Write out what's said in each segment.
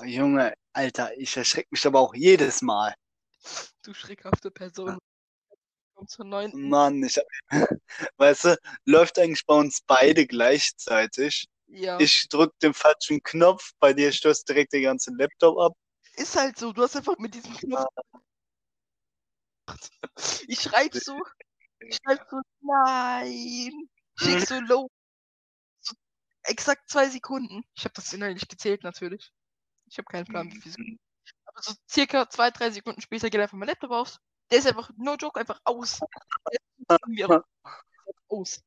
Junge, Alter, ich erschrecke mich aber auch jedes Mal. Du schreckhafte Person. Komm zur 9. Mann, weißt du, läuft eigentlich bei uns beide gleichzeitig. Ja. Ich drück den falschen Knopf, bei dir stößt direkt der ganze Laptop ab. Ist halt so, du hast einfach mit diesem Knopf. Ich schreib so, nein. Schick so low. So exakt 2 Sekunden. Ich habe das innerlich gezählt natürlich. Ich habe keinen Plan, wie viel Sekunden. Aber so circa 2, 3 Sekunden später geht einfach mein Laptop aus. Der ist einfach, no joke, einfach aus. Der ist irgendwie aus.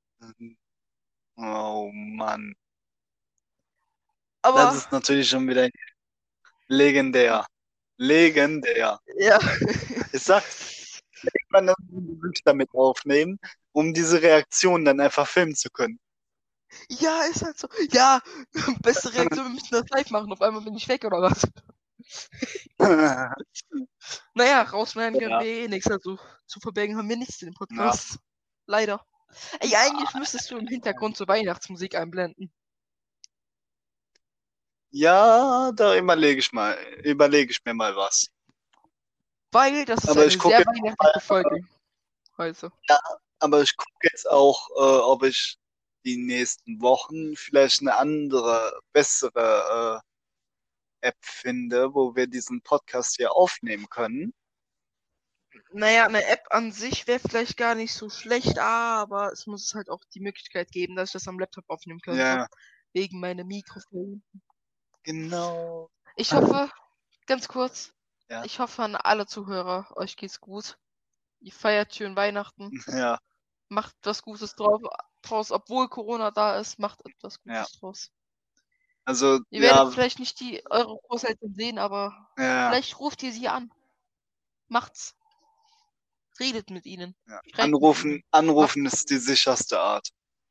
Oh Mann. Das Aber ist natürlich schon wieder legendär. Legendär. ja. Ich sag's, man muss damit aufnehmen, um diese Reaktion dann einfach filmen zu können. Ja, ist halt so. Ja, beste Reaktion, wir müssen das live machen. Auf einmal bin ich weg oder was? Naja, rausschneiden können Ja. wir eh nichts. Also zu verbergen haben wir nichts in dem Podcast. Leider. Ey, eigentlich müsstest du im Hintergrund so Weihnachtsmusik einblenden. Ja, da überlege ich mir mal was. Weil das ist Aber eine ich gucke sehr jetzt weihnachtliche Folge heute. Aber ich gucke jetzt auch, ob ich die nächsten Wochen vielleicht eine andere, bessere App finde, wo wir diesen Podcast hier aufnehmen können. Naja, eine App an sich wäre vielleicht gar nicht so schlecht, aber es muss halt auch die Möglichkeit geben, dass ich das am Laptop aufnehmen könnte. Ja, Wegen meinem Mikrofon. genau. Ich hoffe, ganz kurz, Ja. ich hoffe an alle Zuhörer, euch geht's gut. Ihr feiert schön Weihnachten. Ja, Macht was Gutes draus, obwohl Corona da ist, macht etwas Gutes draus. also, Ihr werdet ja, vielleicht nicht eure Großeltern sehen, aber vielleicht ruft ihr sie an. Macht's. Redet mit ihnen. ja. Schreibt mit ihnen. Anrufen ist die sicherste Art.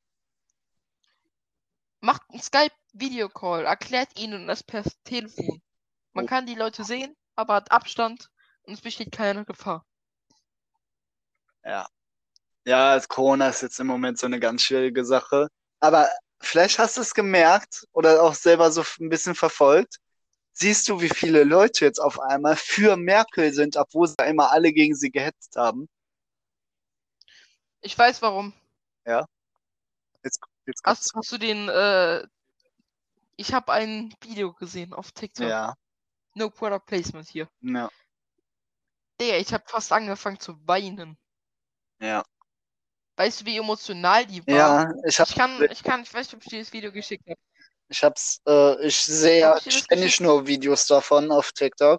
Macht einen Skype-Video-Call. Erklärt ihnen das per Telefon. Man kann die Leute sehen, aber hat Abstand und es besteht keine Gefahr. Ja. Ja, Corona ist jetzt im Moment so eine ganz schwierige Sache. Aber vielleicht hast du es gemerkt oder auch selber so ein bisschen verfolgt. Siehst du, wie viele Leute jetzt auf einmal für Merkel sind, obwohl sie immer alle gegen sie gehetzt haben? Ich weiß warum. Ja. Jetzt kommt's. Hast du den, ich habe ein Video gesehen auf TikTok. Ja. No Product Placement hier. Ja. Digga, ich habe fast angefangen zu weinen. Ja. Weißt du, wie emotional die war? Ja, ich weiß nicht, ob ich dir das Video geschickt habe. ich sehe ja ständig nur Videos davon auf TikTok.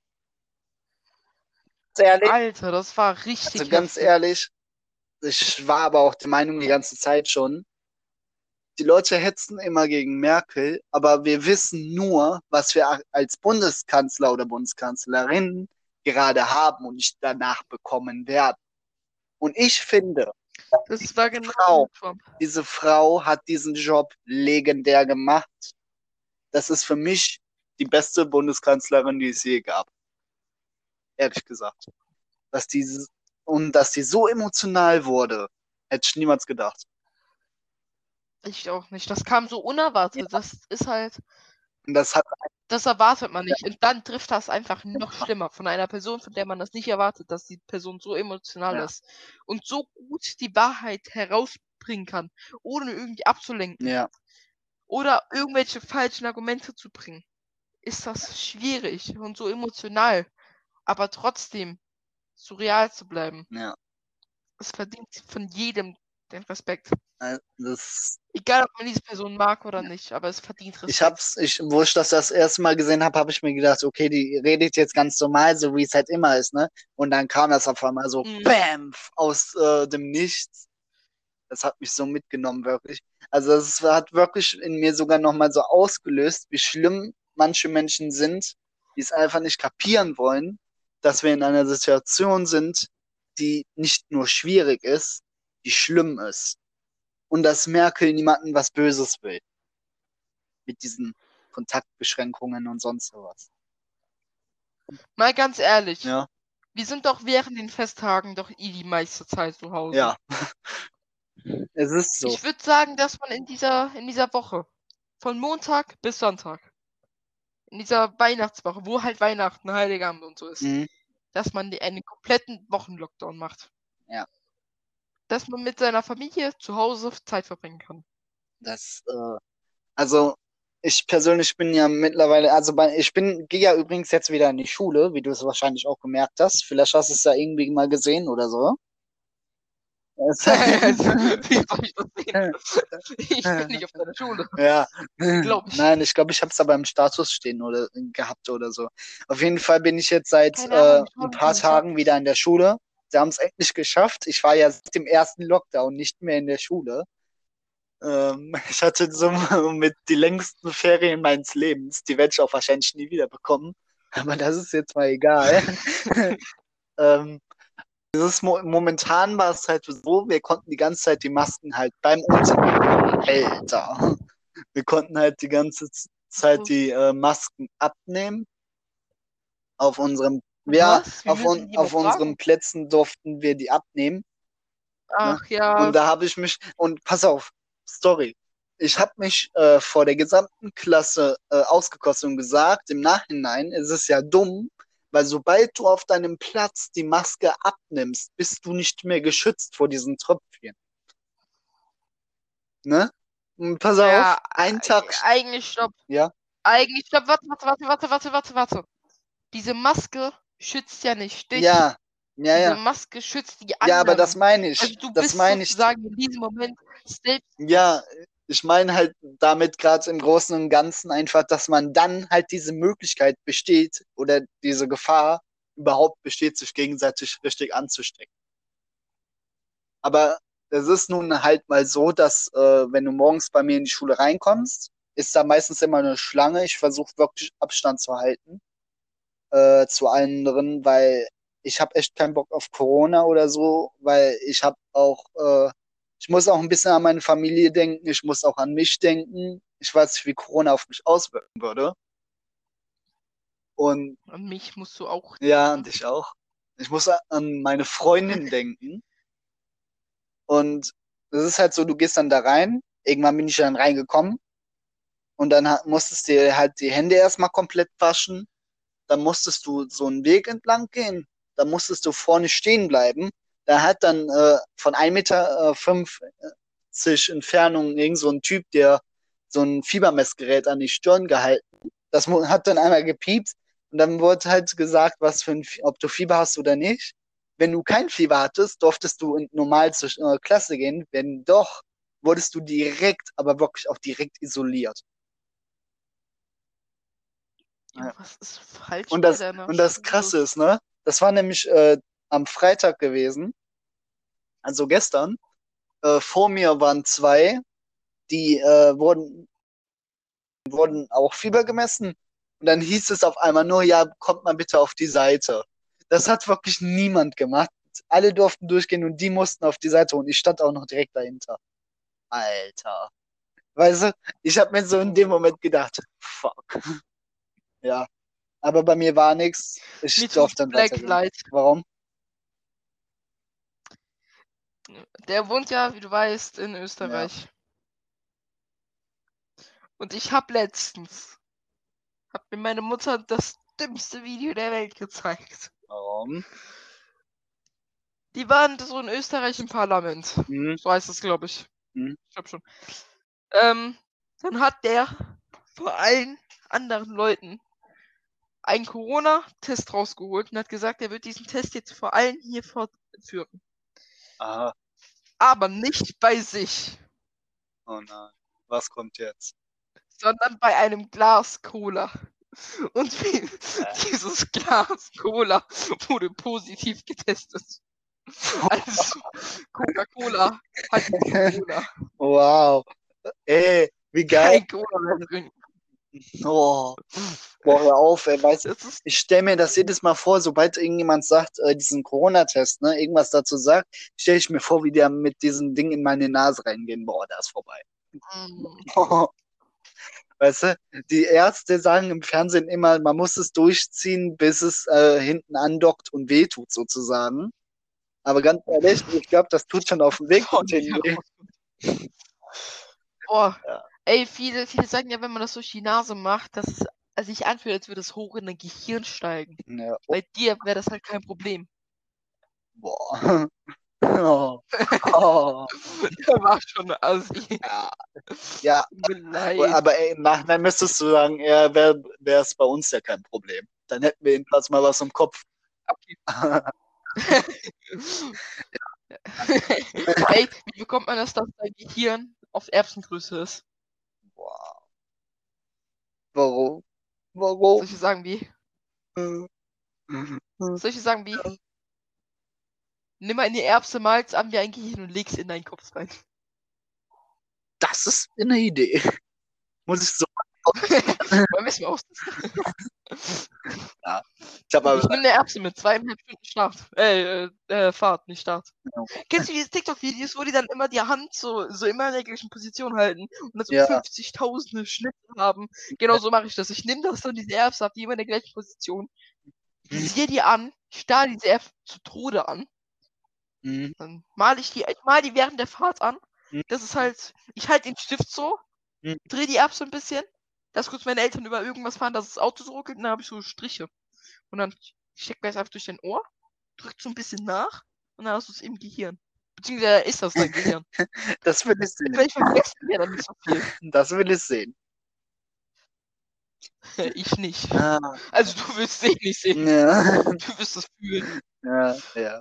Ehrlich, Alter, das war richtig also ganz heftig. ehrlich, ich war aber auch der Meinung die ganze Zeit schon, die Leute hetzen immer gegen Merkel, aber wir wissen nur, was wir als Bundeskanzler oder Bundeskanzlerin gerade haben und nicht danach bekommen werden. Und ich finde, Das war genau diese Frau hat diesen Job legendär gemacht. Das ist für mich die beste Bundeskanzlerin, die es je gab. Ehrlich gesagt. Dass die so emotional wurde, hätte ich niemals gedacht. Ich auch nicht. Das kam so unerwartet. Ja. Das ist halt. Und das erwartet man nicht. Und dann trifft das einfach noch schlimmer von einer Person, von der man das nicht erwartet, dass die Person so emotional ist und so gut die Wahrheit herausbringen kann, ohne irgendwie abzulenken. Ja. Oder irgendwelche falschen Argumente zu bringen. Ist das schwierig und so emotional, aber trotzdem so real zu bleiben. Ja. Es verdient von jedem den Respekt. Egal, ob man diese Person mag oder nicht, aber es verdient Respekt. Wo ich das erste Mal gesehen habe, habe ich mir gedacht, okay, die redet jetzt ganz normal, so wie es halt immer ist, ne? Und dann kam das auf einmal so, BAM, aus dem Nichts. Das hat mich so mitgenommen, wirklich. Also das hat wirklich in mir sogar nochmal so ausgelöst, wie schlimm manche Menschen sind, die es einfach nicht kapieren wollen, dass wir in einer Situation sind, die nicht nur schwierig ist, die schlimm ist. Und dass Merkel niemandem was Böses will. Mit diesen Kontaktbeschränkungen und sonst sowas. Mal ganz ehrlich. Ja. Wir sind doch während den Festtagen doch die meiste Zeit zu Hause. Ja. Es ist so. Ich würde sagen, dass man in dieser Woche von Montag bis Sonntag in dieser Weihnachtswoche, wo halt Weihnachten, Heiligabend und so ist, dass man einen kompletten Wochenlockdown macht. Ja. Dass man mit seiner Familie zu Hause Zeit verbringen kann. Also ich persönlich bin ja mittlerweile, gehe ja übrigens jetzt wieder in die Schule, wie du es wahrscheinlich auch gemerkt hast. Vielleicht hast du es ja irgendwie mal gesehen oder so. Wie soll ich das sehen? Ich bin nicht auf deiner Schule. Ja, Glaub ich. nein, ich glaube, ich habe es aber im Status stehen oder gehabt oder so. Auf jeden Fall bin ich jetzt seit Keine Ahnung, ein paar Tagen wieder in der Schule. Sie haben es endlich geschafft. Ich war ja seit dem ersten Lockdown nicht mehr in der Schule. Ich hatte so mit die längsten Ferien meines Lebens. Die werde ich auch wahrscheinlich nie wieder bekommen. Aber das ist jetzt mal egal. Momentan war es halt so, wir konnten die ganze Zeit die Masken halt beim Unterricht. Alter. Wir konnten halt die ganze Zeit die Masken abnehmen. Auf unseren, auf unseren Plätzen durften wir die abnehmen. Ach ja. Und da habe ich mich, und pass auf, Story. Ich habe mich vor der gesamten Klasse ausgekostet und gesagt, im Nachhinein ist es ja dumm, weil sobald du auf deinem Platz die Maske abnimmst, bist du nicht mehr geschützt vor diesen Tröpfchen. Ne? Und pass auf, ein Tag. Eigentlich stopp. Ja. Eigentlich stopp. Warte. Diese Maske schützt ja nicht dich. Ja. Diese Maske schützt die anderen. Ja, aber das meine ich. Also du bist sozusagen in diesem Moment selbst. Ja, ich meine halt damit gerade im Großen und Ganzen einfach, dass man dann halt diese Möglichkeit besteht oder diese Gefahr überhaupt besteht, sich gegenseitig richtig anzustecken. Aber es ist nun halt mal so, dass wenn du morgens bei mir in die Schule reinkommst, ist da meistens immer eine Schlange. Ich versuche wirklich Abstand zu halten zu anderen, weil ich habe echt keinen Bock auf Corona oder so, weil ich habe auch, ich muss auch ein bisschen an meine Familie denken, ich muss auch an mich denken. Ich weiß nicht, wie Corona auf mich auswirken würde. Und an mich musst du auch denken. Ja, an dich auch. Ich muss an meine Freundin denken. Und es ist halt so, du gehst dann da rein. Irgendwann bin ich dann reingekommen. Und dann musstest du dir halt die Hände erstmal komplett waschen. Dann musstest du so einen Weg entlang gehen. Da musstest du vorne stehen bleiben. Da hat dann von 1,50 Meter Entfernung irgend so ein Typ, der so ein Fiebermessgerät an die Stirn gehalten. Das hat dann einmal gepiept und dann wurde halt gesagt, ob du Fieber hast oder nicht. Wenn du kein Fieber hattest, durftest du normal zur Klasse gehen. Wenn doch, wurdest du direkt, aber wirklich auch direkt isoliert. Ja. Was ist falsch und das Krasse ist, ne? Das war nämlich am Freitag gewesen, also gestern. Vor mir waren zwei, die wurden auch Fieber gemessen. Und dann hieß es auf einmal nur, ja, kommt mal bitte auf die Seite. Das hat wirklich niemand gemacht. Alle durften durchgehen und die mussten auf die Seite und ich stand auch noch direkt dahinter. Alter. Weißt du, ich habe mir so in dem Moment gedacht, fuck. Ja. Aber bei mir war nichts. Ich durfte dann weitergehen. Warum? Der wohnt ja, wie du weißt, in Österreich. Ja. Und ich habe letztens, mir meine Mutter das dümmste Video der Welt gezeigt. Warum? Die waren so in Österreich im Parlament. So heißt es, glaube ich. Ich glaube schon. Dann hat der vor allen anderen Leuten einen Corona-Test rausgeholt und hat gesagt, er wird diesen Test jetzt vor allen hier fortführen. Aha. Aber nicht bei sich. Oh nein. Was kommt jetzt? Sondern bei einem Glas Cola. Und dieses Glas Cola wurde positiv getestet. Also Coca-Cola hat Cola. Wow. Ey, wie geil. Kein Cola mehr drin. Oh. Boah, hör auf, ey, weißt du, ich stelle mir das jedes Mal vor, sobald irgendjemand sagt, diesen Corona-Test, ne, irgendwas dazu sagt, stelle ich mir vor, wie der mit diesem Ding in meine Nase reingehen. Boah, da ist vorbei. Weißt du, die Ärzte sagen im Fernsehen immer, man muss es durchziehen, bis es hinten andockt und wehtut, sozusagen. Aber ganz ehrlich, ich glaube, das tut schon auf dem Weg dorthin weh. Boah, ja. Ey, viele sagen ja, wenn man das durch die Nase macht, dass es sich anfühlt, als würde es hoch in dein Gehirn steigen. Ja. Bei dir wäre das halt kein Problem. Boah. Oh. Oh. Der war schon assi. Ja. Tut mir leid. Aber im Nachhinein müsstest du sagen, ja, wäre es bei uns ja kein Problem. Dann hätten wir jedenfalls mal was im Kopf. Okay. Ey, wie bekommt man das, dass dein Gehirn auf Erbsengröße ist? Wow. Warum? Soll ich dir sagen, wie? Soll ich dir sagen, wie? Nimm eine Erbse, mal's an wie ein Gehirn und leg's in deinen Kopf rein. Das ist eine Idee. Muss ich so. Wollen wir es mal austesten? Ja. Ich nehme eine Erbse mit 2,5 Stunden Start. Fahrt, nicht Start. Ja. Kennst du diese TikTok-Videos, wo die dann immer die Hand so immer in der gleichen Position halten und dann so Ja. 50.000 Schnitte haben? Genau so mache ich das. Ich nehme das dann, diese Erbse, hab die immer in der gleichen Position, visier die an, starr diese Erbse zu Tode an. Dann mal die während der Fahrt an. Das ist halt, ich halte den Stift so, drehe die Erbse ein bisschen, lass kurz meine Eltern über irgendwas fahren, dass das Auto so ruckelt, und dann habe ich so Striche. Und dann steckt man es einfach durch dein Ohr, drückt so ein bisschen nach und dann hast du es im Gehirn. Beziehungsweise ist das dein Gehirn. Das will ich sehen. Vielleicht vergessen wir dann nicht so viel. Das will ich sehen. Ich nicht. Also du willst es nicht sehen. Ja. Du wirst es fühlen. Ja.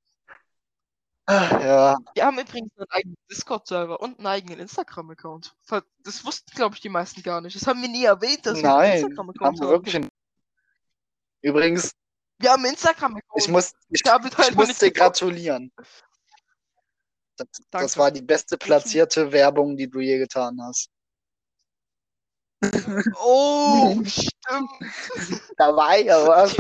Ja. Wir haben übrigens einen eigenen Discord-Server und einen eigenen Instagram-Account. Das wussten, glaube ich, die meisten gar nicht. Das haben wir nie erwähnt, dass wir einen Instagram-Account haben. Wirklich. Übrigens. Wir haben einen Instagram-Account. Ich muss dir gratulieren. Das war die beste platzierte Werbung, die du je getan hast. Oh, stimmt. Da war ja was.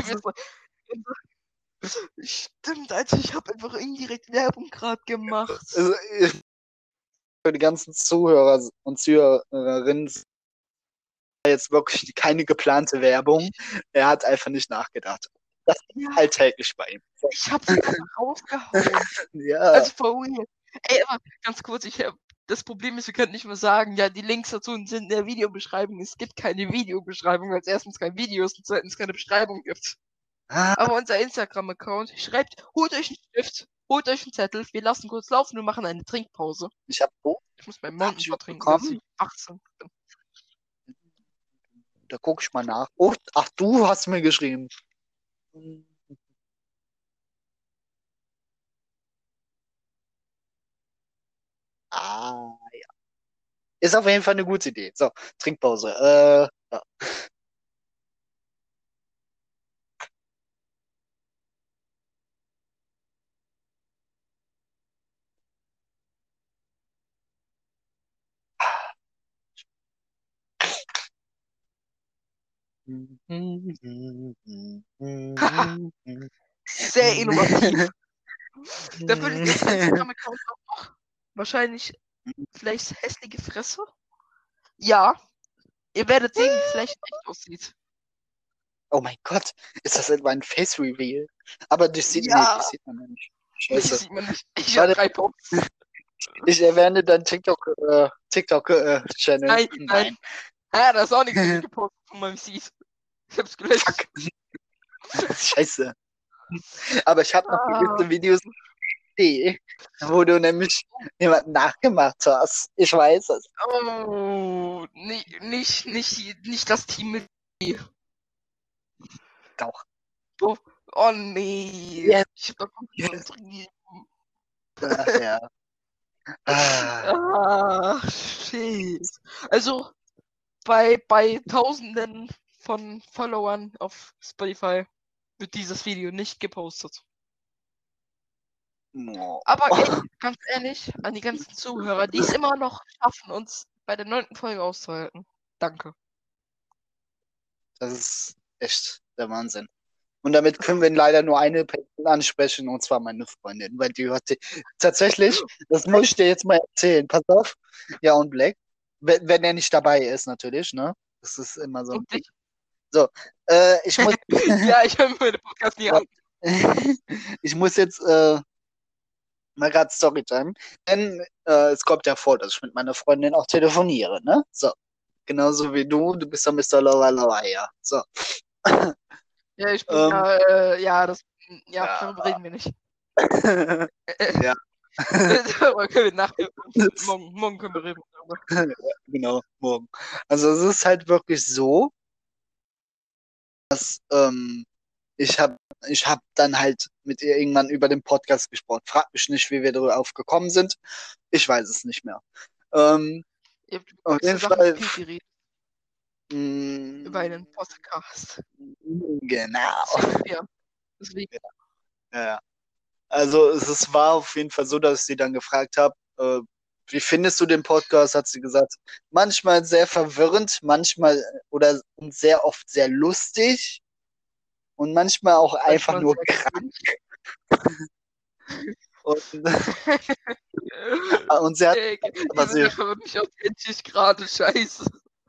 Stimmt, Alter, ich habe einfach indirekt Werbung gerade gemacht. Also, für die ganzen Zuhörer und Zuhörerinnen jetzt wirklich keine geplante Werbung. Er hat einfach nicht nachgedacht. Das ist alltäglich bei ihm. Ich hab's einfach rausgehauen. Ja. Also for real. Ey, aber ganz kurz, das Problem ist, wir können nicht mehr sagen, ja, die Links dazu sind in der Videobeschreibung. Es gibt keine Videobeschreibung, weil es erstens keine Videos und zweitens keine Beschreibung gibt. Aber unser Instagram-Account schreibt, holt euch einen Stift, holt euch einen Zettel, wir lassen kurz laufen und machen eine Trinkpause. Ich muss meinen Mountain Dew trinken, dass ich 18 bin. Da guck ich mal nach. Oh, ach, du hast mir geschrieben. Ja. Ist auf jeden Fall eine gute Idee. So, Trinkpause. Ja. Sehr innovativ. Da würde ich jetzt Instagram-Account auch wahrscheinlich vielleicht hässliche Fresse. Ja. Ihr werdet sehen, wie es vielleicht echt aussieht. Oh mein Gott, ist das etwa ein Face Reveal? Aber das sieht, das sieht man ja nicht. Scheiße. Das sieht man nicht. Ich habe 3 Posts. Ich erwähne dein TikTok-Channel. Nein. Ja, da ist auch nichts gepostet von meinem Seed. Ich hab's gelöscht. Scheiße. Aber ich habe noch gewisse Videos, wo du nämlich jemanden nachgemacht hast. Ich weiß es. Oh, nicht das Team mit dir. Doch. Oh nee. Yes. Ich hab doch übertrieben. Ja. Shit. Also, bei Tausenden von Followern auf Spotify wird dieses Video nicht gepostet. Aber ganz ehrlich, an die ganzen Zuhörer, die es immer noch schaffen, uns bei der 9. Folge auszuhalten. Danke. Das ist echt der Wahnsinn. Und damit können wir leider nur eine Person ansprechen, und zwar meine Freundin, weil die hört tatsächlich, das muss ich dir jetzt mal erzählen, pass auf, ja, und Black, wenn er nicht dabei ist, natürlich, ne, das ist immer so. So, ich muss... Ja, ich höre mir meine Podcast nie an. Ich muss jetzt mal gerade Storytime, denn es kommt ja vor, dass ich mit meiner Freundin auch telefoniere, ne, so. Genauso wie du bist ja Mr. Lalalala, ja. So. Ja, ich bin Ähm, ja. darüber reden wir nicht. Ja. Darüber können wir nachher, morgen können wir reden darüber. Genau, morgen. Also es ist halt wirklich so, dass ich hab dann halt mit ihr irgendwann über den Podcast gesprochen. Frag mich nicht, wie wir darauf gekommen sind. Ich weiß es nicht mehr. Ihr habt Auf über jeden Sachen Fall. viel geredet, über einen mh, Podcast. Genau. Das sind wir. Deswegen. Ja. Also war auf jeden Fall so, dass ich sie dann gefragt habe, wie findest du den Podcast? Hat sie gesagt, manchmal sehr verwirrend, manchmal oder und sehr oft sehr lustig und manchmal auch einfach Manchmal nur sehr krank. cringe. Und, und sie hat aber Diese sie, Sache wird mich authentisch gerade scheiße.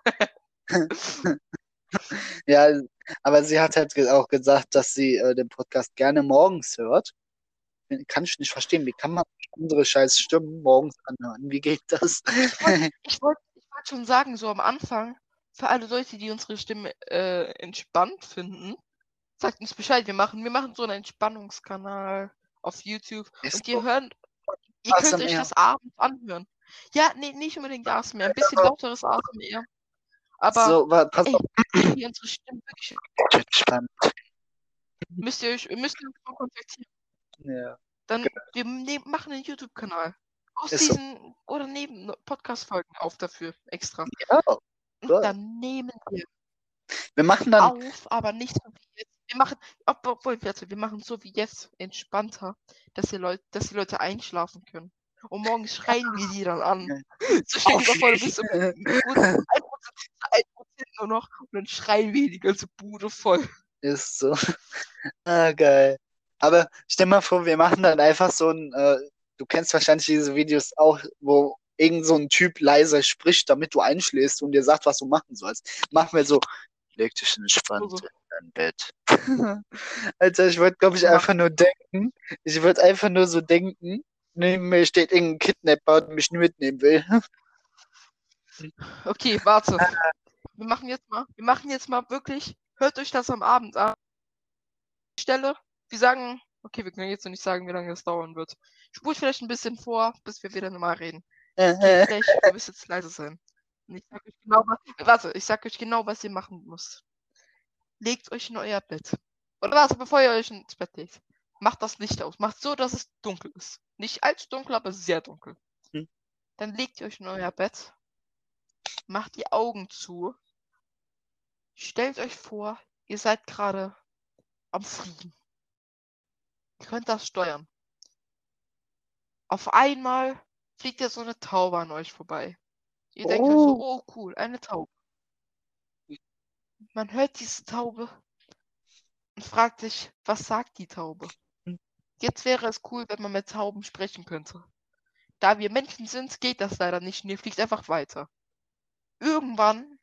ja, aber sie hat halt auch gesagt, dass sie den Podcast gerne morgens hört. Kann ich nicht verstehen. Wie kann man andere scheiß Stimmen morgens anhören? Wie geht das? Ich wollte schon sagen, so am Anfang, für alle Leute, die unsere Stimme entspannt finden, sagt uns Bescheid. Wir machen so einen Entspannungskanal auf YouTube Ist und ihr so. könnt euch ASMR. das abends anhören. Ja, nee, nicht unbedingt ASMR, ein bisschen lauteres ASMR. Aber So, pass ey, auf. wenn ihr unsere Stimme wirklich Spannend. müsst ihr uns mal kontaktieren. Ja. Dann wir machen einen YouTube-Kanal. Aus Ist so. diesen oder neben Podcast-Folgen auf dafür extra. Ja, Und cool. dann nehmen wir Wir machen dann. auf, aber nicht so wie jetzt. Wir machen, wir machen so wie jetzt entspannter, dass die Leute einschlafen können. Und morgen schreien wir die dann an. So stell dir mal vor, du bist so gut 1% nur noch und dann schreien wir die ganze Bude voll. Ist so. Geil. Aber stell mal vor, wir machen dann einfach so ein, du kennst wahrscheinlich diese Videos auch, wo irgend so ein Typ leise spricht, damit du einschläfst und dir sagt, was du machen sollst. Machen wir so, leg dich entspannt So. in dein Bett. Alter, ich würde, glaube ich, einfach nur denken, ich würde einfach nur so denken, neben mir steht irgendein Kidnapper, der mich mitnehmen will. Okay, warte. Wir machen jetzt mal wirklich, hört euch das am Abend an. Stelle, wir sagen, okay, wir können jetzt noch nicht sagen, wie lange das dauern wird. Spult vielleicht ein bisschen vor, bis wir wieder normal reden. Okay, Flash, du wirst jetzt leise sein. Und ich sag euch genau, was ihr machen müsst. Legt euch in euer Bett. Oder warte, bevor ihr euch ins Bett legt. Macht das Licht aus. Macht so, dass es dunkel ist. Nicht allzu dunkel, aber sehr dunkel. Hm. Dann legt ihr euch in euer Bett. Macht die Augen zu. Stellt euch vor, ihr seid gerade am Fliegen. Ihr könnt das steuern. Auf einmal fliegt ja so eine Taube an euch vorbei. Ihr denkt euch so, oh cool, eine Taube. Man hört diese Taube und fragt sich, was sagt die Taube? Jetzt wäre es cool, wenn man mit Tauben sprechen könnte. Da wir Menschen sind, geht das leider nicht und ihr fliegt einfach weiter. Irgendwann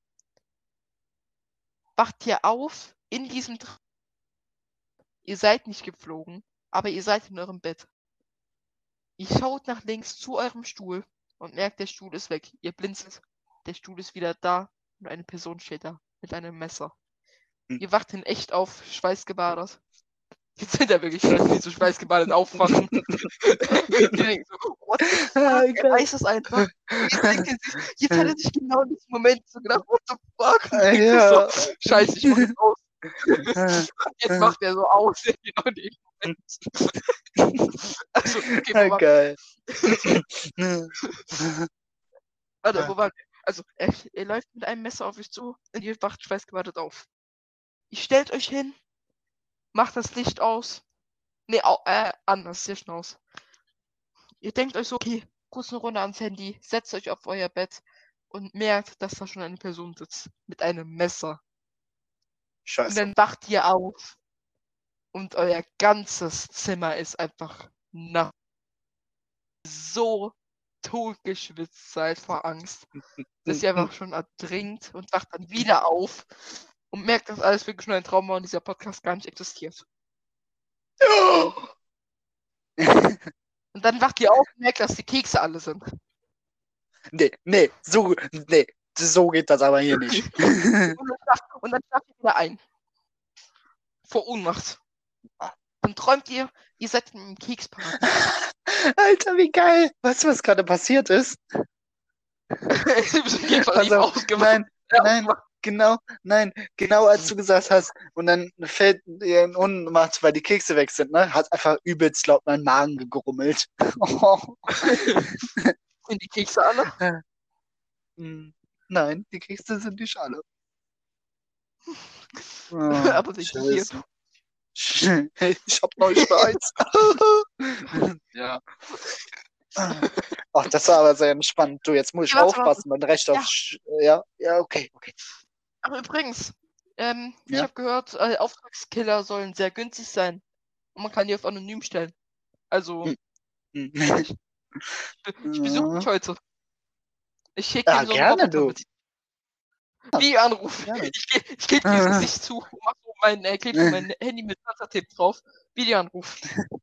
wacht ihr auf in diesem Traum. Ihr seid nicht geflogen, aber ihr seid in eurem Bett. Ihr schaut nach links zu eurem Stuhl und merkt, der Stuhl ist weg. Ihr blinzelt. Der Stuhl ist wieder da und eine Person steht da mit einem Messer. Ihr wacht in echt auf, schweißgebadet. Jetzt sind ja wirklich Leute, die so schweißgebadet aufwachen. Die denken so, what the fuck? Er weiß es einfach. Jetzt hat er sich genau in diesem Moment so gedacht, what the fuck? Und denkt sich so, scheiße, ich mach jetzt aus. Jetzt macht er so aus. Genau in dem Moment. Also, okay, Geil. Warte, wo waren wir? Also, er läuft mit einem Messer auf euch zu und ihr wacht schweißgebadet auf. Ihr stellt euch hin, macht das Licht aus. Nee, anders, Licht aus. Ihr denkt euch so, okay, kurz eine Runde ans Handy, setzt euch auf euer Bett und merkt, dass da schon eine Person sitzt mit einem Messer. Scheiße. Und dann wacht ihr auf und euer ganzes Zimmer ist einfach nass. So totgeschwitzt seid vor Angst, dass ihr einfach schon ertrinkt und wacht dann wieder auf und merkt, dass alles wirklich nur ein Traum war und dieser Podcast gar nicht existiert. Und dann wacht ihr auf und merkt, dass die Kekse alle sind. Nee, So geht das aber hier nicht. Und dann schlaft ihr wieder ein. Vor Ohnmacht. Ah. Dann träumt ihr seid in einem Keksparadies. Alter, wie geil. Weißt du, was gerade passiert ist? Keksparadies Also, ausgemacht. nein, genau als du gesagt hast, und dann fällt ihr in Ohnmacht, weil die Kekse weg sind, ne? Hat einfach übelst laut mein Magen gegrummelt. Sind die Kekse alle? Nein, die Kekse sind nicht alle. Aber sind die hier? Ich hab neulich eins. Ja. Ach, das war aber sehr entspannt. Du, jetzt muss ich aufpassen, mein Recht auf. Ja, okay. Aber übrigens, ich Ja. habe gehört, Auftragskiller sollen sehr günstig sein. Und man kann die auf anonym stellen. Also, Hm. ich besuche dich heute. Ich schicke dir so einen gerne, Roboter du. mit. Wie Anruf. Gerne. Ich klebe dir das Gesicht zu und mach so mein Handy mit Panzertape drauf. Videoanruf.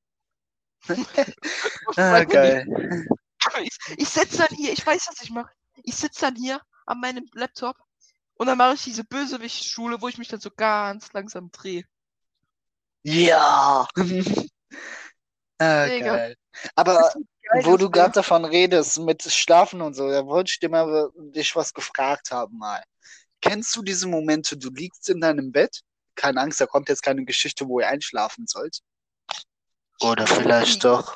Geil. Ich sitze dann hier, ich weiß, was ich mache. Ich sitze dann hier an meinem Laptop und dann mache ich diese Bösewicht-Schule, wo ich mich dann so ganz langsam drehe. Ja. Digga. Geil. Aber Geil, wo du gerade davon redest, mit Schlafen und so, da wollte ich dir mal dich was gefragt haben mal. Kennst du diese Momente, du liegst in deinem Bett? Keine Angst, da kommt jetzt keine Geschichte, wo ihr einschlafen sollt. Oder vielleicht doch.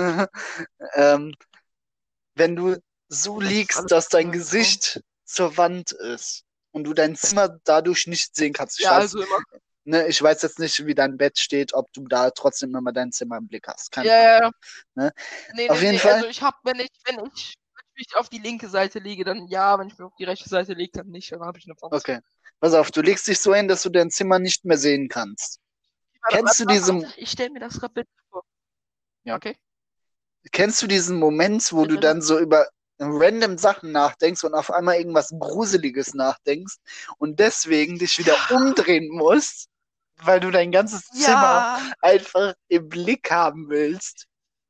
Wenn du so liegst, dass dein Gesicht zur Wand ist und du dein Zimmer dadurch nicht sehen kannst. Also immer. Ne, ich weiß jetzt nicht, wie dein Bett steht, ob du da trotzdem immer dein Zimmer im Blick hast. Keine Ja. Ahnung. Ne? Nee, Auf jeden Fall. Also ich habe, wenn ich mich auf die linke Seite lege, dann ja, wenn ich mich auf die rechte Seite lege, dann nicht. Dann habe ich eine Wand. Okay. Pass auf, du legst dich so hin, dass du dein Zimmer nicht mehr sehen kannst. Kennst du diesen. Ich stelle mir das gerade Bild vor. Ja. Okay. Kennst du diesen Moment, wo du dann so über random Sachen nachdenkst und auf einmal irgendwas Gruseliges nachdenkst und deswegen dich wieder umdrehen musst, weil du dein ganzes Zimmer einfach im Blick haben willst?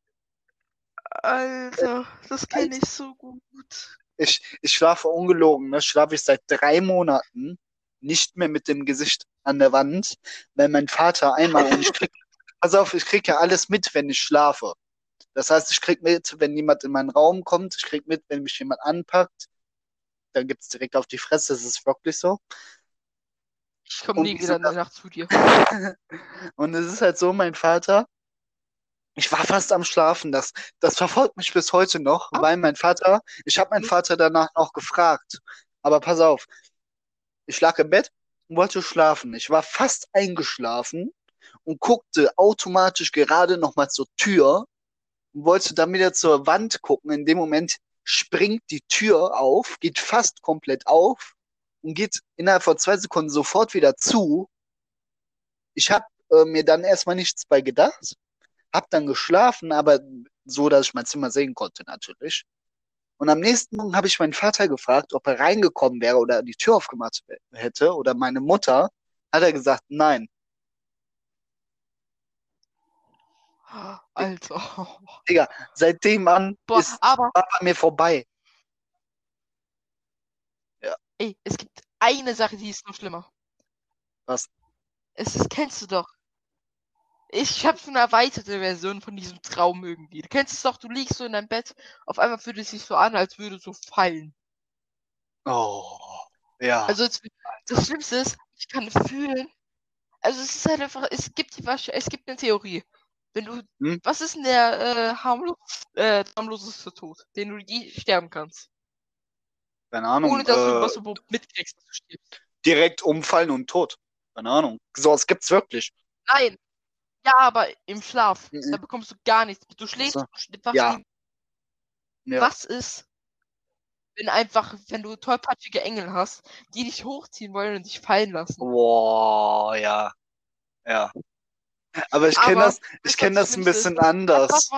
Alter, das kenne ich so gut. Ich schlafe ungelogen, ne? Schlafe ich seit 3 Monaten nicht mehr mit dem Gesicht an der Wand, weil mein Vater einmal und ich krieg, pass auf, ich krieg ja alles mit, wenn ich schlafe. Das heißt, ich krieg mit, wenn jemand in meinen Raum kommt, ich krieg mit, wenn mich jemand anpackt, dann gibt's direkt auf die Fresse, das ist wirklich so. Ich komme nie wieder in der Nacht zu dir. Und es ist halt so, mein Vater, ich war fast am Schlafen, das verfolgt mich bis heute noch, weil mein Vater, ich habe meinen Vater danach noch gefragt, aber pass auf, ich lag im Bett und wollte schlafen. Ich war fast eingeschlafen und guckte automatisch gerade nochmal zur Tür und wollte dann wieder zur Wand gucken. In dem Moment springt die Tür auf, geht fast komplett auf und geht innerhalb von 2 Sekunden sofort wieder zu. Ich habe mir dann erstmal nichts bei gedacht, habe dann geschlafen, aber so, dass ich mein Zimmer sehen konnte natürlich. Und am nächsten Morgen habe ich meinen Vater gefragt, ob er reingekommen wäre oder die Tür aufgemacht hätte oder meine Mutter. Hat er gesagt, nein. Alter. Digga, seitdem an ist aber bei mir vorbei. Ja. Ey, es gibt eine Sache, die ist noch schlimmer. Was? Kennst du doch. Ich habe so eine erweiterte Version von diesem Traum irgendwie. Du kennst es doch, du liegst so in deinem Bett, auf einmal fühlt es sich so an, als würde so fallen. Oh, ja. Also das Schlimmste ist, ich kann fühlen. Also es ist halt einfach, es gibt eine Theorie. Wenn du, was ist denn der harmloseste Tod, den du je sterben kannst? Keine Ahnung. Ohne dass du was mitkriegst, dass du stirbst. Direkt umfallen und tot. Keine Ahnung. Sowas gibt's wirklich. Nein. Ja, aber im Schlaf. Da bekommst du gar nichts. Du schläfst, wachst ja. Was ist, wenn du tollpatschige Engel hast, die dich hochziehen wollen und dich fallen lassen? Boah, ja. Ja. Aber ich kenne das ein bisschen anders.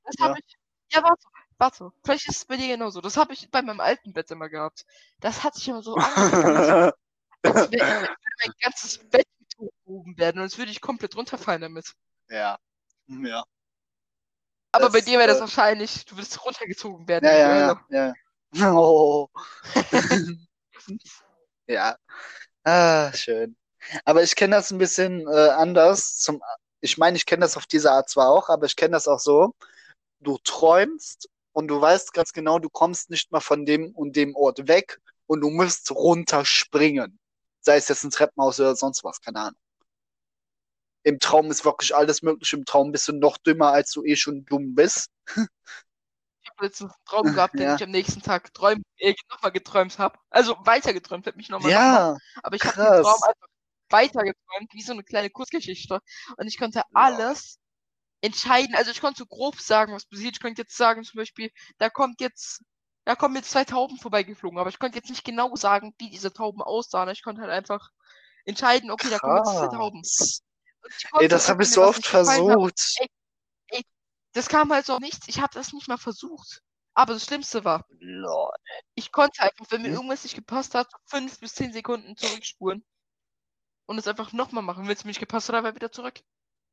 Warte. Vielleicht ist es bei dir genauso. Das habe ich bei meinem alten Bett immer gehabt. Das hat sich immer so angefühlt, als würde mein ganzes Bett hochgehoben werden und es würde ich komplett runterfallen damit. Ja. Ja. Aber bei dir wäre das wahrscheinlich, du würdest runtergezogen werden. Ja. Oh. Ja. Schön. Aber ich kenne das ein bisschen anders. Ich meine, ich kenne das auf diese Art zwar auch, aber ich kenne das auch so. Du träumst und du weißt ganz genau, du kommst nicht mal von dem und dem Ort weg und du musst runterspringen. Sei es jetzt ein Treppenhaus oder sonst was, keine Ahnung. Im Traum ist wirklich alles möglich. Im Traum bist du noch dümmer, als du eh schon dumm bist. Ich habe letztens einen Traum gehabt, den Ja. ich am nächsten Tag nochmal geträumt habe. Also weiter geträumt, habe mich nochmal. Ja, Aber ich habe den Traum krass. einfach weiter geträumt, wie so eine kleine Kurzgeschichte. Und ich konnte Lol. alles entscheiden. Also ich konnte so grob sagen, was passiert. Ich konnte jetzt sagen, zum Beispiel, da kommen jetzt 2 Tauben vorbeigeflogen. Aber ich konnte jetzt nicht genau sagen, wie diese Tauben aussahen. Ich konnte halt einfach entscheiden, okay, da kommen jetzt 2 Tauben. Krass. Und ich Ey, konnte, das und habe wenn ich mir so was oft nicht gefallen hat, versucht. ey, ey, das kam halt so auf nichts. Ich habe das nicht mal versucht. Aber das Schlimmste war, Lol. ich konnte einfach, wenn mir Hm? irgendwas nicht gepasst hat, 5 bis 10 Sekunden zurückspulen und es einfach nochmal machen. Wenn es mir nicht gepasst hat, einfach wieder zurück.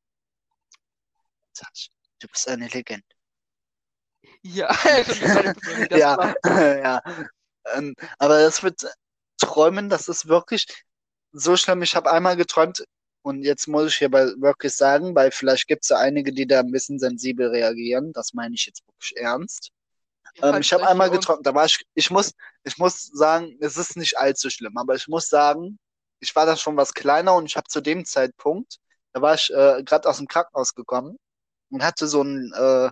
Du bist eine Legende. Ja, schon eine kleine Person, das Ja, klar. ja. Aber das mit Träumen, das ist wirklich so schlimm. Ich habe einmal geträumt und jetzt muss ich hierbei wirklich sagen, weil vielleicht gibt es ja einige, die da ein bisschen sensibel reagieren. Das meine ich jetzt wirklich ernst. Wir halten Ich es habe euch einmal hier uns. geträumt, da war ich muss sagen, es ist nicht allzu schlimm, aber ich muss sagen, ich war da schon was kleiner und ich habe zu dem Zeitpunkt, da war ich gerade aus dem Krankenhaus gekommen und hatte so ein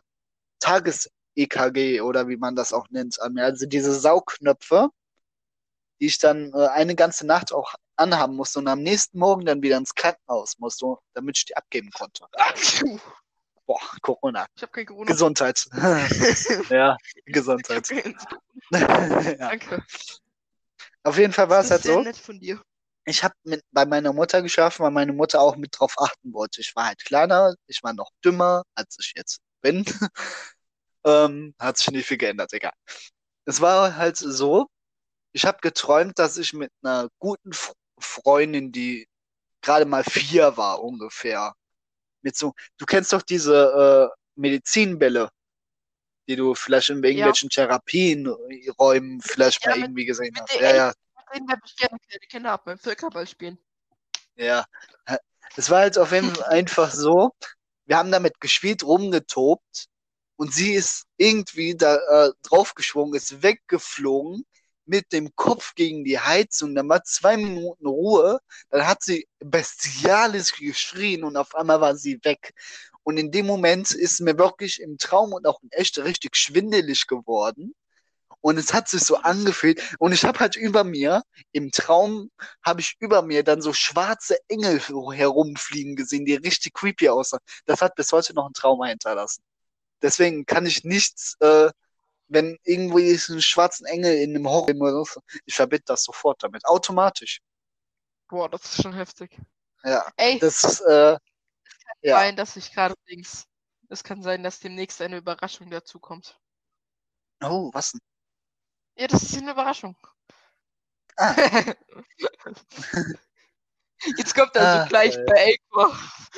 Tages-EKG oder wie man das auch nennt an mir. Also diese Saugknöpfe, die ich dann eine ganze Nacht auch anhaben musste und am nächsten Morgen dann wieder ins Krankenhaus musste, damit ich die abgeben konnte. Puh, Boah, Corona. ich habe kein Corona. Gesundheit. Ja, Ich habe Gesundheit. kein. Ja. Danke. Auf jeden Fall war Das es ist halt sehr so. nett von dir. Ich habe bei meiner Mutter geschlafen, weil meine Mutter auch mit drauf achten wollte. Ich war halt kleiner, ich war noch dümmer, als ich jetzt bin. Hat sich nicht viel geändert, egal. Es war halt so, ich habe geträumt, dass ich mit einer guten Freundin, die gerade mal 4 war ungefähr, mit so, du kennst doch diese Medizinbälle, die du vielleicht in Ja, irgendwelchen Therapienräumen vielleicht mal ja, irgendwie gesehen mit hast. der, Ja, ey, ja, mit denen habe ich gerne kleine Kinder ab beim Völkerball spielen. ja. Es war halt auf jeden Fall einfach so, wir haben damit gespielt, rumgetobt und sie ist irgendwie da draufgeschwungen, ist weggeflogen mit dem Kopf gegen die Heizung. Dann war 2 Minuten Ruhe, dann hat sie bestialisch geschrien und auf einmal war sie weg. Und in dem Moment ist mir wirklich im Traum und auch in echt richtig schwindelig geworden. Und es hat sich so angefühlt. Und ich habe halt über mir, im Traum habe ich über mir dann so schwarze Engel herumfliegen gesehen, die richtig creepy aussahen. Das hat bis heute noch ein Trauma hinterlassen. Deswegen kann ich nichts, wenn irgendwo ist ein schwarzen Engel in einem Horrorfilm oder so, ich verbinde das sofort damit. Automatisch. Boah, das ist schon heftig. Ja. Ey, Das, ja. sein, dass ich gerade links. Es kann sein, dass demnächst eine Überraschung dazukommt. Oh, was denn? Ja, das ist eine Überraschung. Ah, Jetzt kommt er so gleich geil. bei Elko.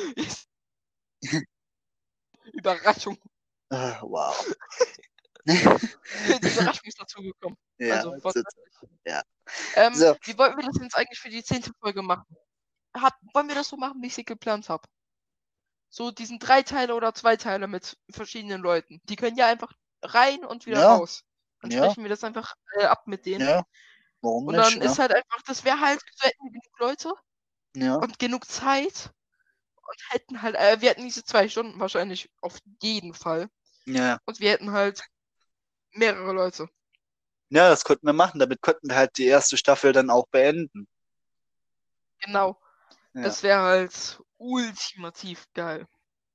Überraschung. Wow. Die Überraschung ist dazugekommen. Ja, Also, was, ja. So, wie wollten wir das jetzt eigentlich für die 10. Folge machen? Wollen wir das so machen, wie ich sie geplant habe? So diesen 3 Teile oder 2 Teile mit verschiedenen Leuten. Die können ja einfach rein und wieder ja, raus. Dann ja, sprechen wir das einfach ab mit denen. ja. Warum Und nicht, dann ne? ist halt einfach, das wäre halt, so hätten wir genug Leute Ja, und genug Zeit und hätten halt, wir hätten diese 2 Stunden wahrscheinlich auf jeden Fall. ja. Und wir hätten halt mehrere Leute. Ja, das könnten wir machen. Damit könnten wir halt die erste Staffel dann auch beenden. Genau. Ja. Das wäre halt ultimativ geil.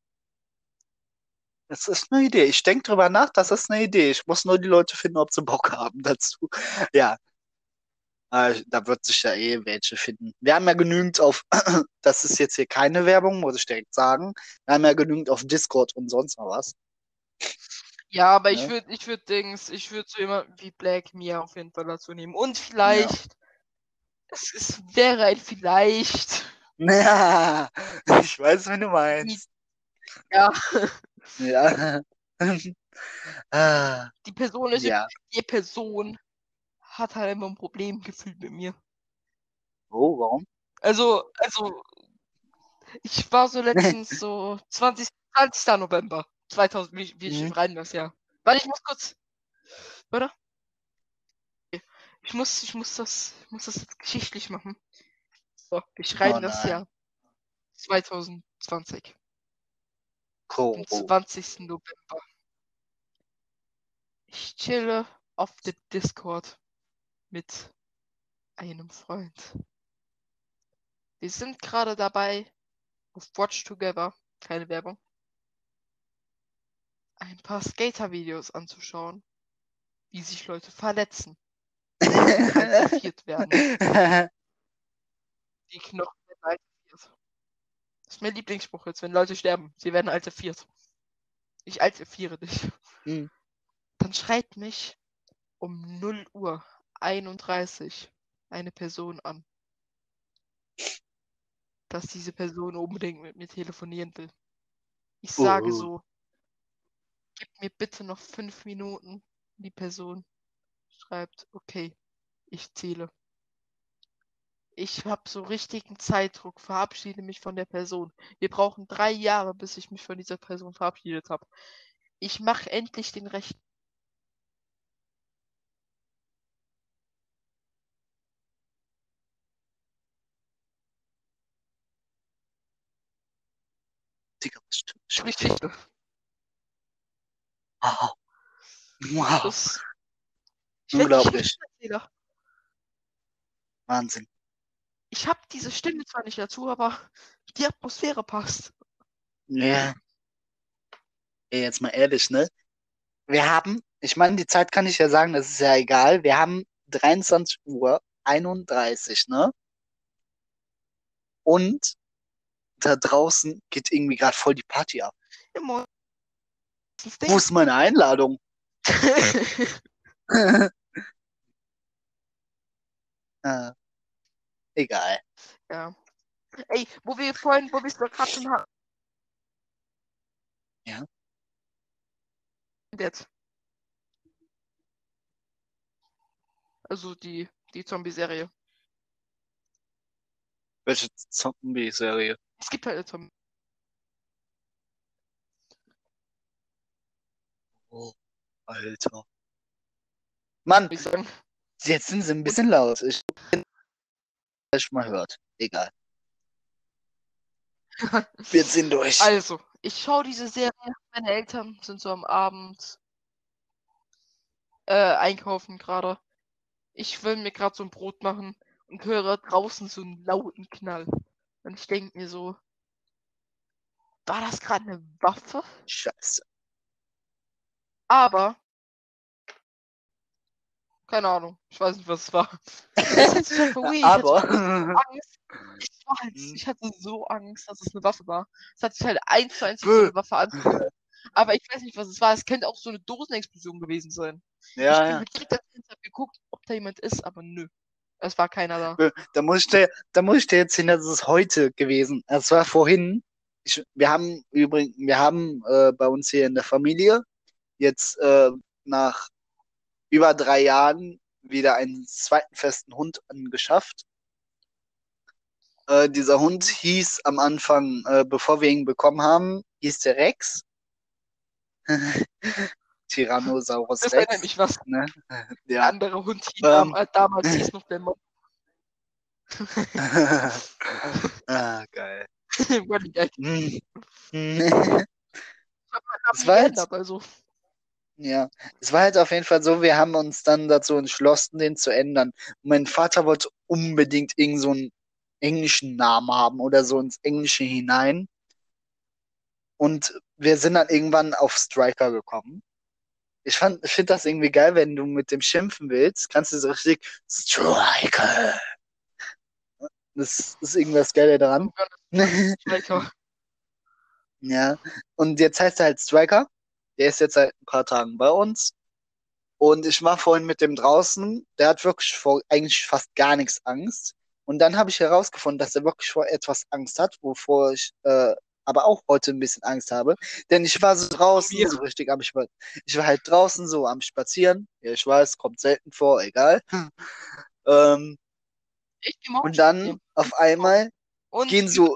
Das ist eine Idee. Ich denke drüber nach, das ist eine Idee. Ich muss nur die Leute finden, ob sie Bock haben dazu. Ja, da wird sich ja eh welche finden. Wir haben ja genügend auf, das ist jetzt hier keine Werbung, muss ich direkt sagen. Wir haben ja genügend auf Discord und sonst noch was. Ja, aber Ja, ich würde so jemanden wie Black Mia auf jeden Fall dazu nehmen. Und ja. vielleicht, wäre ein vielleicht. Ja, ich weiß, wie du Die, meinst. ja, Ja. Ah, die Person ist ja. die Person hat halt immer ein Problem gefühlt mit mir. Oh, warum? Also, ich war so letztens so 20. November 2000, wie rein das Jahr. Warte, ich muss kurz, oder? Ich muss das jetzt geschichtlich machen. So, wir schreiben das Jahr 2020. Am 20. November. Ich chille auf dem Discord mit einem Freund. Wir sind gerade dabei, auf Watch Together, keine Werbung, ein paar Skater-Videos anzuschauen, wie sich Leute verletzen, altisiert werden. Die Knochen werden altisiert. Das ist mein Lieblingsspruch jetzt, wenn Leute sterben. Sie werden altisiert. Ich altifiere dich. Dann schreibt mich um 0 Uhr 31 eine Person an, dass diese Person unbedingt mit mir telefonieren will. Ich sage so, gib mir bitte noch 5 Minuten. Die Person schreibt, okay, ich zähle. Ich habe so richtigen Zeitdruck, verabschiede mich von der Person. Wir brauchen 3 Jahre, bis ich mich von dieser Person verabschiedet habe. Ich mache endlich den Recht. Geschichte. Wow. Das Unglaublich. Wahnsinn. Ich habe diese Stimme zwar nicht dazu, aber die Atmosphäre passt. Ja. Ey, jetzt mal ehrlich, ne? Wir haben, ich meine, die Zeit kann ich ja sagen, das ist ja egal. Wir haben 23 Uhr 31, ne? Und da draußen geht irgendwie gerade voll die Party ab. Immer. Wo ist meine Einladung? Egal. Ja. Ey, wo wir es doch gerade schon hatten. Ja. Jetzt. Also die Zombie-Serie. Welche Zombie-Serie? Es gibt halt eine Zombie. Oh, Alter. Mann, Ich sagen. jetzt sind sie ein bisschen laut. Ich mal hört. Egal. Wir sind durch. Also, ich schaue diese Serie. Meine Eltern sind so am Abend einkaufen gerade. Ich will mir gerade so ein Brot machen und höre draußen so einen lauten Knall. Und ich denke mir so, war das gerade eine Waffe? Scheiße. Aber keine Ahnung, ich weiß nicht, was es war. Es hat sich halt verweht. Aber Ich hatte so Angst, dass es eine Waffe war. Es hat sich halt 1:1 wie so eine Waffe angehört. Aber ich weiß nicht, was es war. Es könnte auch so eine Dosenexplosion gewesen sein. Ja, ich ja. bin direkt ans Fenster geguckt, ob da jemand ist, aber nö. Es war keiner da. Da muss ich dir jetzt hin, das ist heute gewesen. Es war vorhin. Wir haben bei uns hier in der Familie jetzt nach über 3 Jahren wieder einen zweiten festen Hund angeschafft. Dieser Hund hieß am Anfang, bevor wir ihn bekommen haben, hieß der Rex. Tyrannosaurus Das Rex. erinnert mich was. Ne? Der Ja. andere Hund damals hieß noch der Mob. Geil. Es war jetzt, also. Ja, es war halt auf jeden Fall so, wir haben uns dann dazu entschlossen, den zu ändern. Und mein Vater wollte unbedingt irgend so einen englischen Namen haben oder so ins Englische hinein. Und wir sind dann irgendwann auf Striker gekommen. Ich finde das irgendwie geil, wenn du mit dem schimpfen willst, kannst du so richtig Striker. Das ist irgendwas Geiles daran. Striker. Ja, und jetzt heißt er halt Striker. Der ist jetzt seit ein paar Tagen bei uns. Und ich war vorhin mit dem draußen. Der hat wirklich vor eigentlich fast gar nichts Angst. Und dann habe ich herausgefunden, dass er wirklich vor etwas Angst hat, wovor ich aber auch heute ein bisschen Angst habe. Denn ich war so draußen, mir. so richtig ich war halt draußen so am Spazieren. Ja, ich weiß, kommt selten vor, egal. Ähm, Ich gehe morgen und dann spazieren. auf einmal Und gehen so,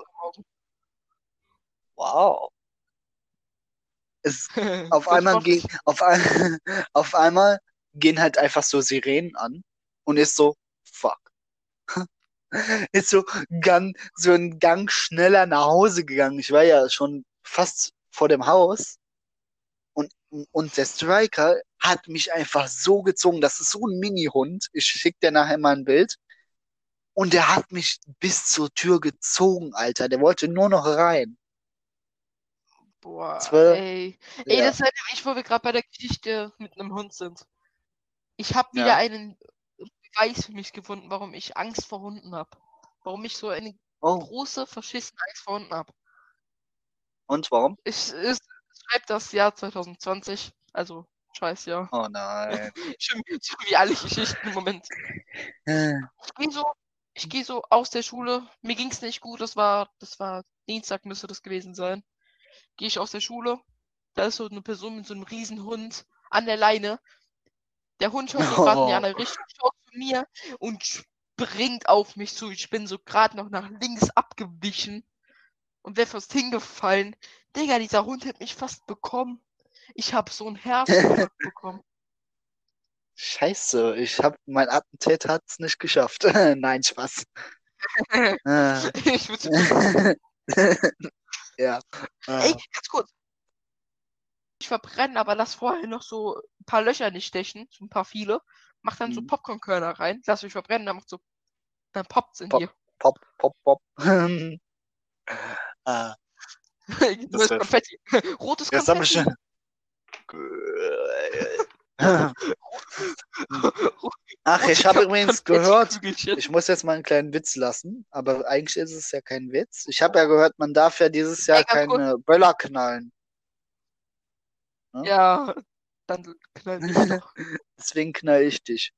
wow, es, auf voll einmal sportlich. auf einmal gehen halt einfach so Sirenen an und ist so, fuck. Ist so einen Gang schneller nach Hause gegangen. Ich war ja schon fast vor dem Haus und, und der Striker hat mich einfach so gezogen. Das ist so ein Mini-Hund. Ich schicke dir nachher mal ein Bild. Und der hat mich bis zur Tür gezogen, Alter. Der wollte nur noch rein. Das Boah, war, ey. Ey, ja, das erinnert mich, wo wir gerade bei der Geschichte mit einem Hund sind. Ich habe wieder ja. einen Beweis für mich gefunden, warum ich Angst vor Hunden habe. Warum ich so eine Oh, große, verschissene Angst vor Hunden habe. und warum? Es schreibt das Jahr 2020, also scheiß Jahr. Oh nein. schon wie alle Geschichten im Moment. Ich gehe so aus der Schule. Mir ging es nicht gut. Das war Dienstag, müsste das gewesen sein. Gehe ich aus der Schule. Da ist so eine Person mit so einem riesen Hund an der Leine. Der Hund schaut nur gerade in die Oh. andere Richtung, schaut zu mir und springt auf mich zu. Ich bin so gerade noch nach links abgewichen und wäre fast hingefallen. Digga, dieser Hund hat mich fast bekommen. Ich habe so einen Herzinfarkt bekommen. Scheiße, mein Attentäter hat's nicht geschafft. Nein, Spaß. Ich würde Ja. Ey, ganz kurz. Ich verbrenne, aber lass vorher noch so ein paar Löcher nicht stechen, so ein paar viele. Mach dann so Hm. Popcornkörner rein, lass mich verbrennen, dann poppt's in Pop, dir. pop, pop, pop. Ah, das Neues wäre. Konfetti. Rotes Jetzt haben wir schon. Konfetti. Ach, ich habe übrigens gehört, Konfettikügelchen. ich muss jetzt mal einen kleinen Witz lassen, aber eigentlich ist es ja kein Witz. Ich habe ja gehört, man darf ja dieses Ey, Jahr ganz kurz. keine Böller knallen. Ne? Ja, dann knall mich doch. Deswegen knall ich dich.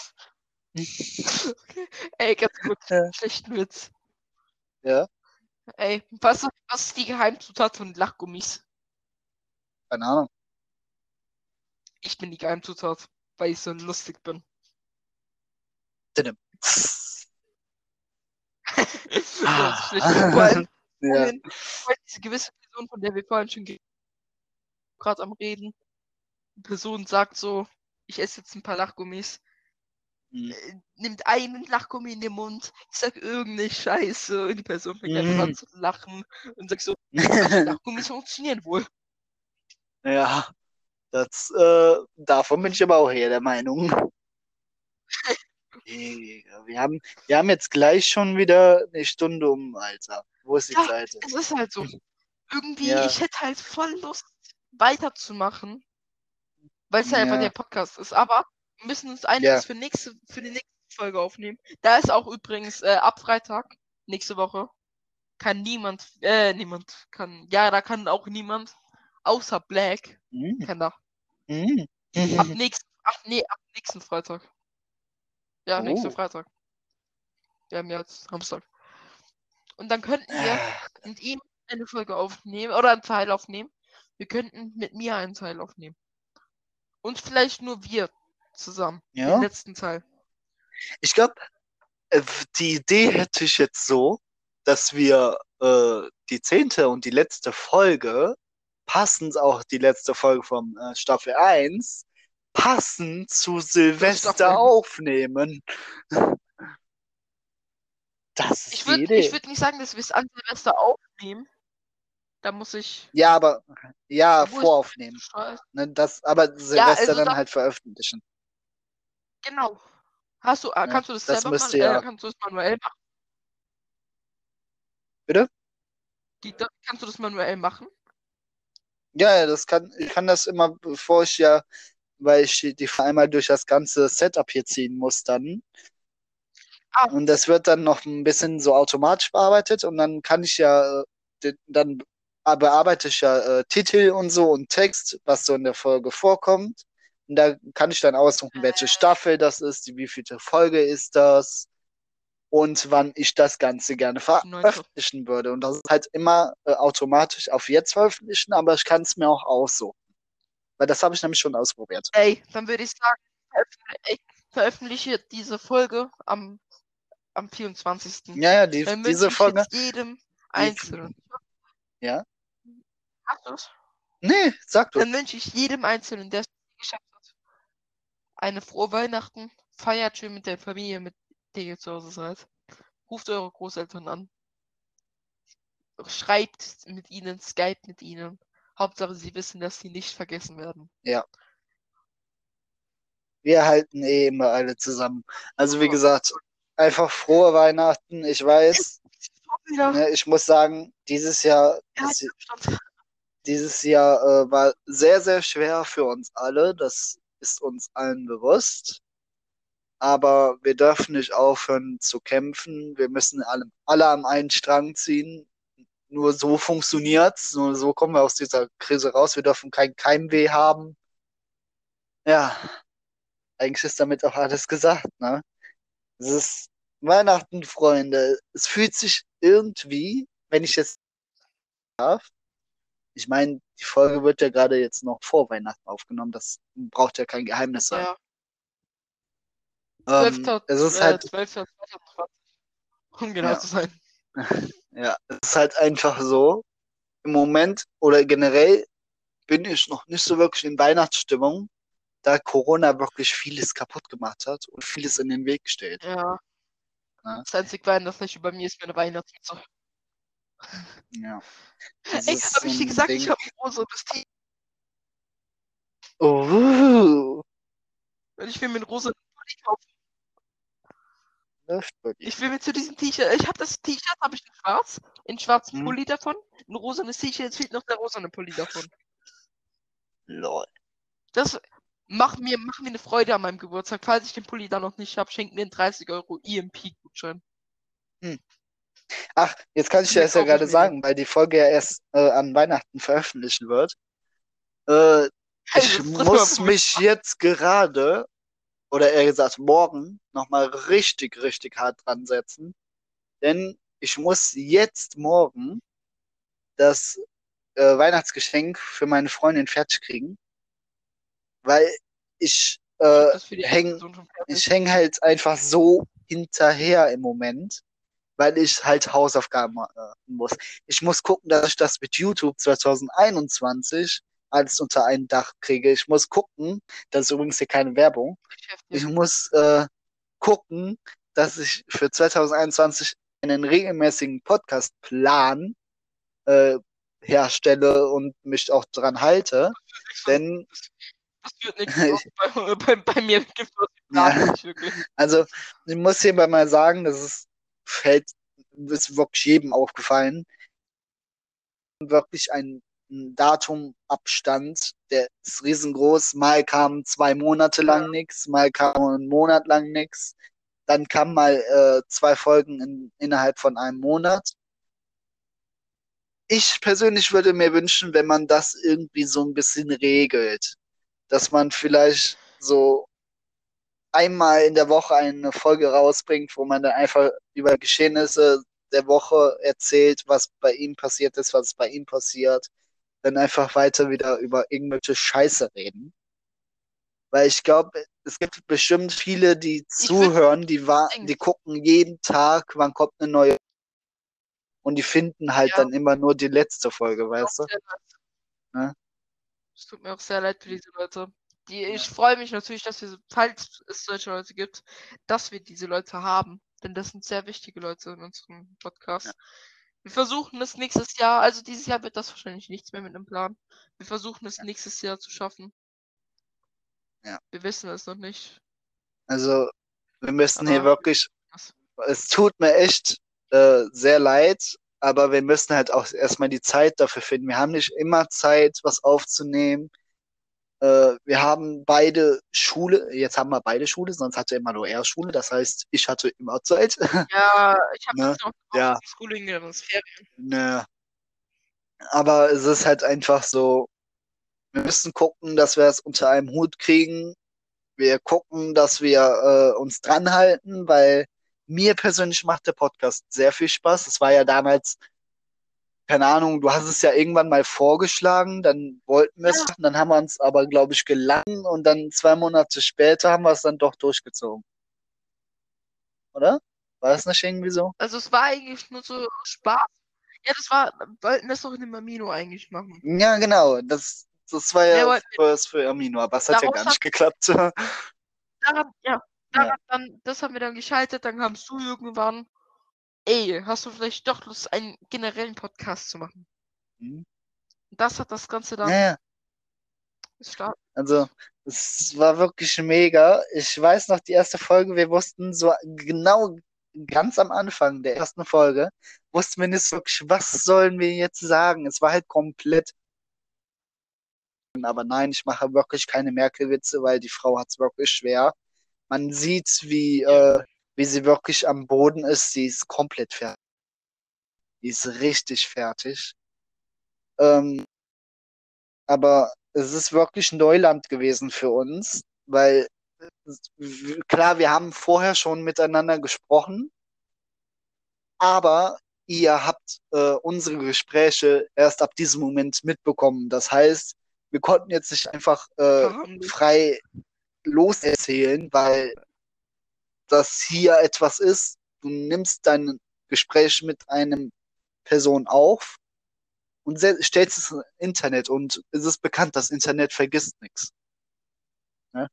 Okay. Ey, ganz kurz. Ja. Schlechten Witz. Ja, Ey, was ist die Geheimzutat von Lachgummis? keine Ahnung. Ich bin die Geheimzutat, weil ich so lustig bin. Tidim. Ja, so schlecht. Vor allem, Ja. diese gewisse Person, von der wir vorhin schon gerade am Reden, die Person sagt so, ich esse jetzt ein paar Lachgummis, Hm. nimmt einen Lachgummi in den Mund, ich sag irgendeine Scheiße und die Person fängt einfach an zu lachen und sagt so, manche Lachgummis funktionieren wohl. Ja, davon bin ich aber auch eher der Meinung. Wir haben jetzt gleich schon wieder eine Stunde um, Alter. Wo ist die Ja, Zeit? es ist halt so. Irgendwie, Ja, ich hätte halt voll Lust, weiterzumachen, weil es halt einfach der ja, Podcast ist. Aber wir müssen uns ja. einiges für die nächste Folge aufnehmen. Da ist auch übrigens ab Freitag, nächste Woche, kann da kann auch niemand, außer Black, Hm, kann da. hm. Ab nächsten Freitag. Ja, nächsten Oh. Freitag. Wir haben jetzt Samstag. Und dann könnten wir mit ihm eine Folge aufnehmen oder einen Teil aufnehmen. Wir könnten mit mir einen Teil aufnehmen. Und vielleicht nur wir zusammen. Den Ja. letzten Teil. Ich glaube, die Idee hätte ich jetzt so, dass wir die 10. und die letzte Folge, passend auch die letzte Folge von Staffel 1, passend zu Silvester Staffel. aufnehmen. Das Ich ist die würde Idee. nicht sagen, dass wir es an Silvester aufnehmen. Da muss ich. Ja, aber ja, Obwohl ich. voraufnehmen. Ne, aber Ja, Silvester also dann dann. halt veröffentlichen. Genau. Ne? Kannst du das Das selber mal. müsste ja. Kannst du das manuell machen? Bitte? Kannst du das manuell machen? Ja, ich kann das immer, bevor ich ja, weil ich die einmal durch das ganze Setup hier ziehen muss dann. Ah, Und das wird dann noch ein bisschen so automatisch bearbeitet und dann kann ich ja, dann bearbeite ich ja Titel und so und Text, was so in der Folge vorkommt. Und da kann ich dann aussuchen, welche Staffel das ist, wievielte Folge ist das. und wann ich das Ganze gerne veröffentlichen würde. Und das ist halt immer automatisch auf jetzt veröffentlichen, aber ich kann es mir auch aussuchen. Weil das habe ich nämlich schon ausprobiert. Ey, dann würde ich sagen, veröffentliche diese Folge am 24. Ja, Dann diese wünsche ich Folge. jetzt jedem Einzelnen. Ja? Hast du's? Nee, sag du. Dann wünsche ich jedem Einzelnen, der es geschafft hat, eine frohe Weihnachten. Feiert schön mit der Familie, mit der ihr zu Hause seid. Ruft eure Großeltern an. Schreibt mit ihnen, Skype mit ihnen. Hauptsache, sie wissen, dass sie nicht vergessen werden. Ja. Wir halten immer alle zusammen. Also wie gesagt, einfach frohe Weihnachten. Ich weiß, ne, ich muss sagen, dieses Jahr war sehr, sehr schwer für uns alle. Das ist uns allen bewusst. Aber wir dürfen nicht aufhören zu kämpfen. Wir müssen alle am einen Strang ziehen. Nur so funktioniert's. Nur so kommen wir aus dieser Krise raus. Wir dürfen kein Keimweh haben. Ja, eigentlich ist damit auch alles gesagt, ne? Es ist Weihnachten, Freunde. Es fühlt sich irgendwie, wenn ich jetzt darf, ich meine, die Folge wird ja gerade jetzt noch vor Weihnachten aufgenommen. Das braucht ja kein Geheimnis sein. Ja. Es ist halt, 12. um genau zu sein. Ja, es ist halt einfach so, im Moment oder generell bin ich noch nicht so wirklich in Weihnachtsstimmung, da Corona wirklich vieles kaputt gemacht hat und vieles in den Weg gestellt. Ja. Ja. Das einzige Wein, das nicht über mir ist, meine Weihnachtsmütze. Ja. Ey, hab ich dir gesagt, ich habe ein rosanes T-Shirt. Oh. Ich will mir ein rosa Pulli kaufen. Läuft bei dir. Ich will mir zu diesem T-Shirt, ich habe das T-Shirt, habe ich in schwarzen Pulli davon, ein rosanes T-Shirt, jetzt fehlt noch der rosane Pulli davon. Lol. Das macht mir eine Freude an meinem Geburtstag. Falls ich den Pulli da noch nicht habe, schenkt mir einen 30 € EMP-Gutschein. Ach, jetzt kann ich dir das ja gerade sagen, weil die Folge ja erst an Weihnachten veröffentlichen wird. Ich muss mich jetzt gerade, oder eher gesagt morgen, nochmal richtig, richtig hart dran setzen. Denn ich muss jetzt morgen das Weihnachtsgeschenk für meine Freundin fertig kriegen. Weil ich häng halt einfach so hinterher im Moment, weil ich halt Hausaufgaben machen muss. Ich muss gucken, dass ich das mit YouTube 2021 alles unter ein Dach kriege. Ich muss gucken, das ist übrigens hier keine Werbung, ich muss gucken, dass ich für 2021 einen regelmäßigen Podcast-Plan herstelle und mich auch dran halte. Denn das wird nichts. Bei mir gibt es nicht wirklich. Also, ich muss hierbei mal sagen, ist wirklich jedem aufgefallen. Wirklich ein Datumabstand, der ist riesengroß. Mal kam 2 Monate lang nichts, mal kam einen Monat lang nichts. Dann kam mal 2 Folgen innerhalb von einem Monat. Ich persönlich würde mir wünschen, wenn man das irgendwie so ein bisschen regelt, dass man vielleicht so einmal in der Woche eine Folge rausbringt, wo man dann einfach über Geschehnisse der Woche erzählt, was bei ihm passiert ist, was bei ihm passiert, dann einfach weiter wieder über irgendwelche Scheiße reden. Weil ich glaube, es gibt bestimmt viele, die zuhören, die gucken jeden Tag, wann kommt eine neue und die finden halt dann immer nur die letzte Folge, weißt du? Ne? Es tut mir auch sehr leid für diese Leute. Ich freue mich natürlich, dass wir, falls es solche Leute gibt, dass wir diese Leute haben. Denn das sind sehr wichtige Leute in unserem Podcast. Ja. Wir versuchen es nächstes Jahr, also dieses Jahr wird das wahrscheinlich nichts mehr mit einem Plan. Wir versuchen es nächstes Jahr zu schaffen. Ja. Wir wissen es noch nicht. Also, wir müssen hier wirklich, es tut mir echt sehr leid, aber wir müssen halt auch erstmal die Zeit dafür finden. Wir haben nicht immer Zeit, was aufzunehmen. Wir haben beide Schule, jetzt haben wir beide Schule, sonst hatte immer nur er Schule, das heißt, ich hatte immer Zeit. Ja, ich habe ne? noch Schooling, das Ferien. Ne. Aber es ist halt einfach so, wir müssen gucken, dass wir es unter einem Hut kriegen. Wir gucken, dass wir uns dran halten, weil Mir persönlich macht der Podcast sehr viel Spaß. Es war ja damals, keine Ahnung, du hast es ja irgendwann mal vorgeschlagen, dann wollten wir es machen, dann haben wir uns aber, glaube ich, gelassen und dann 2 Monate später haben wir es dann doch durchgezogen. Oder? War das nicht irgendwie so? Also es war eigentlich nur so Spaß. Ja, wollten das doch in dem Amino eigentlich machen. Ja, genau. Das war Wir ja wollten, für Amino, aber es hat ja gar nicht geklappt. Ja. das haben wir dann geschaltet, dann kamst du irgendwann. Ey, hast du vielleicht doch Lust, einen generellen Podcast zu machen? Hm. Das hat das Ganze dann Ja, gestartet. also es war wirklich mega. Ich weiß noch, die erste Folge, wir wussten so genau ganz am Anfang der ersten Folge, wussten wir nicht wirklich, was sollen wir jetzt sagen. Es war halt komplett. Aber nein, ich mache wirklich keine Merkel-Witze, weil die Frau hat es wirklich schwer. Man sieht, wie sie wirklich am Boden ist. Sie ist komplett fertig. Die ist richtig fertig. Ähm, aber es ist wirklich Neuland gewesen für uns, weil klar, wir haben vorher schon miteinander gesprochen, aber ihr habt unsere Gespräche erst ab diesem Moment mitbekommen. Das heißt, wir konnten jetzt nicht einfach frei loserzählen, weil das hier etwas ist. Du nimmst dein Gespräch mit einem Person auf und stellst es ins Internet und es ist bekannt, das Internet vergisst nichts. Ne?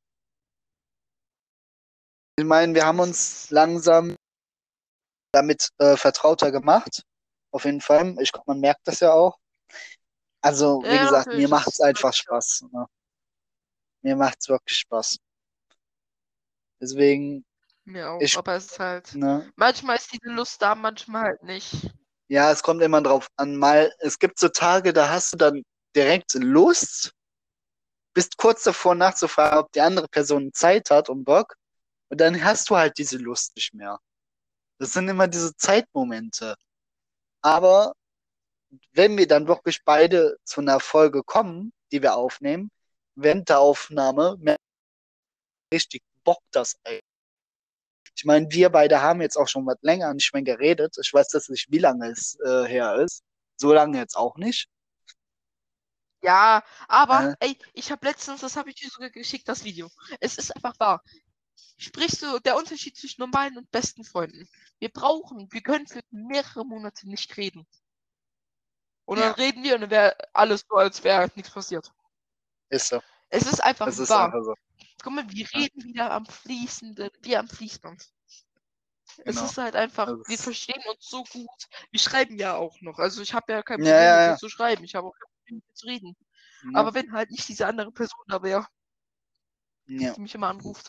Ich meine, wir haben uns langsam damit vertrauter gemacht. Auf jeden Fall. Ich glaube, man merkt das ja auch. Also, wie Ja, gesagt, mir natürlich, macht es einfach ja. Spaß. Ne? Mir macht es wirklich Spaß. Deswegen, Mir auch, ich, aber es ist halt. ne? Manchmal ist diese Lust da, manchmal halt nicht. Ja, es kommt immer drauf an. Es gibt so Tage, da hast du dann direkt Lust, bist kurz davor nachzufragen, ob die andere Person Zeit hat und Bock. Und dann hast du halt diese Lust nicht mehr. Das sind immer diese Zeitmomente. Aber wenn wir dann wirklich beide zu einer Folge kommen, die wir aufnehmen, während der Aufnahme, merkt man richtig Bock das eigentlich. Ich meine, wir beide haben jetzt auch schon was länger nicht mehr geredet. Ich weiß jetzt nicht, wie lange es her ist. So lange jetzt auch nicht. Ja, aber, Äh, ey, ich habe letztens, das habe ich dir sogar geschickt, das Video. Es ist einfach wahr. Sprichst du, der Unterschied zwischen normalen und besten Freunden. Wir können für mehrere Monate nicht reden. Und dann ja, reden wir und dann wäre alles so, als wäre nichts passiert. ist so. Es ist einfach Es ist wahr. einfach so. Guck mal, wir Ja, reden wieder am Fließenden, wie am Fließband. Es genau. ist halt einfach, Also, wir verstehen uns so gut. Wir schreiben ja auch noch. Also ich habe ja kein ja, Problem ja, mit dir ja. zu schreiben. Ich habe auch kein Problem mit dir zu reden. Ja, Aber wenn halt nicht diese andere Person da wäre, ja. die mich immer anruft,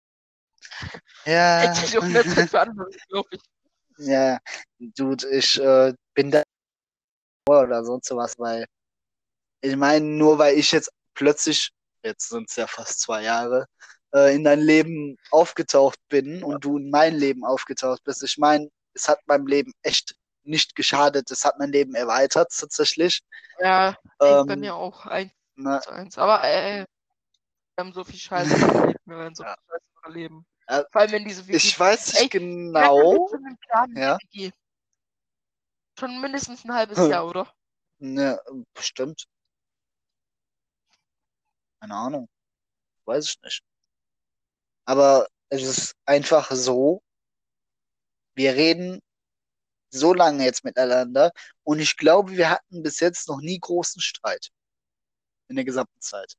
Ja, hätte ich auch mehr Zeit für andere, glaube ich. ja. Dude, ich bin da oder sonst was, weil ich meine, nur weil ich jetzt plötzlich, jetzt sind es ja fast 2 Jahre, in dein Leben aufgetaucht bin und du in mein Leben aufgetaucht bist. Ich meine, es hat meinem Leben echt nicht geschadet. Es hat mein Leben erweitert tatsächlich. Ja, ey, bei mir auch Na, 1:1. Aber wir haben so viel Scheiße erlebt. Wir werden so ja. viel Scheiße erleben. Äh, Vor allem, wenn diese WG. Ich weiß nicht Ey, wie lange genau. lebst du denn Plan in der Ja, WG? Schon mindestens ein halbes Jahr, oder? ne, bestimmt. Keine Ahnung. Weiß ich nicht. Aber es ist einfach so, wir reden so lange jetzt miteinander und ich glaube, wir hatten bis jetzt noch nie großen Streit in der gesamten Zeit.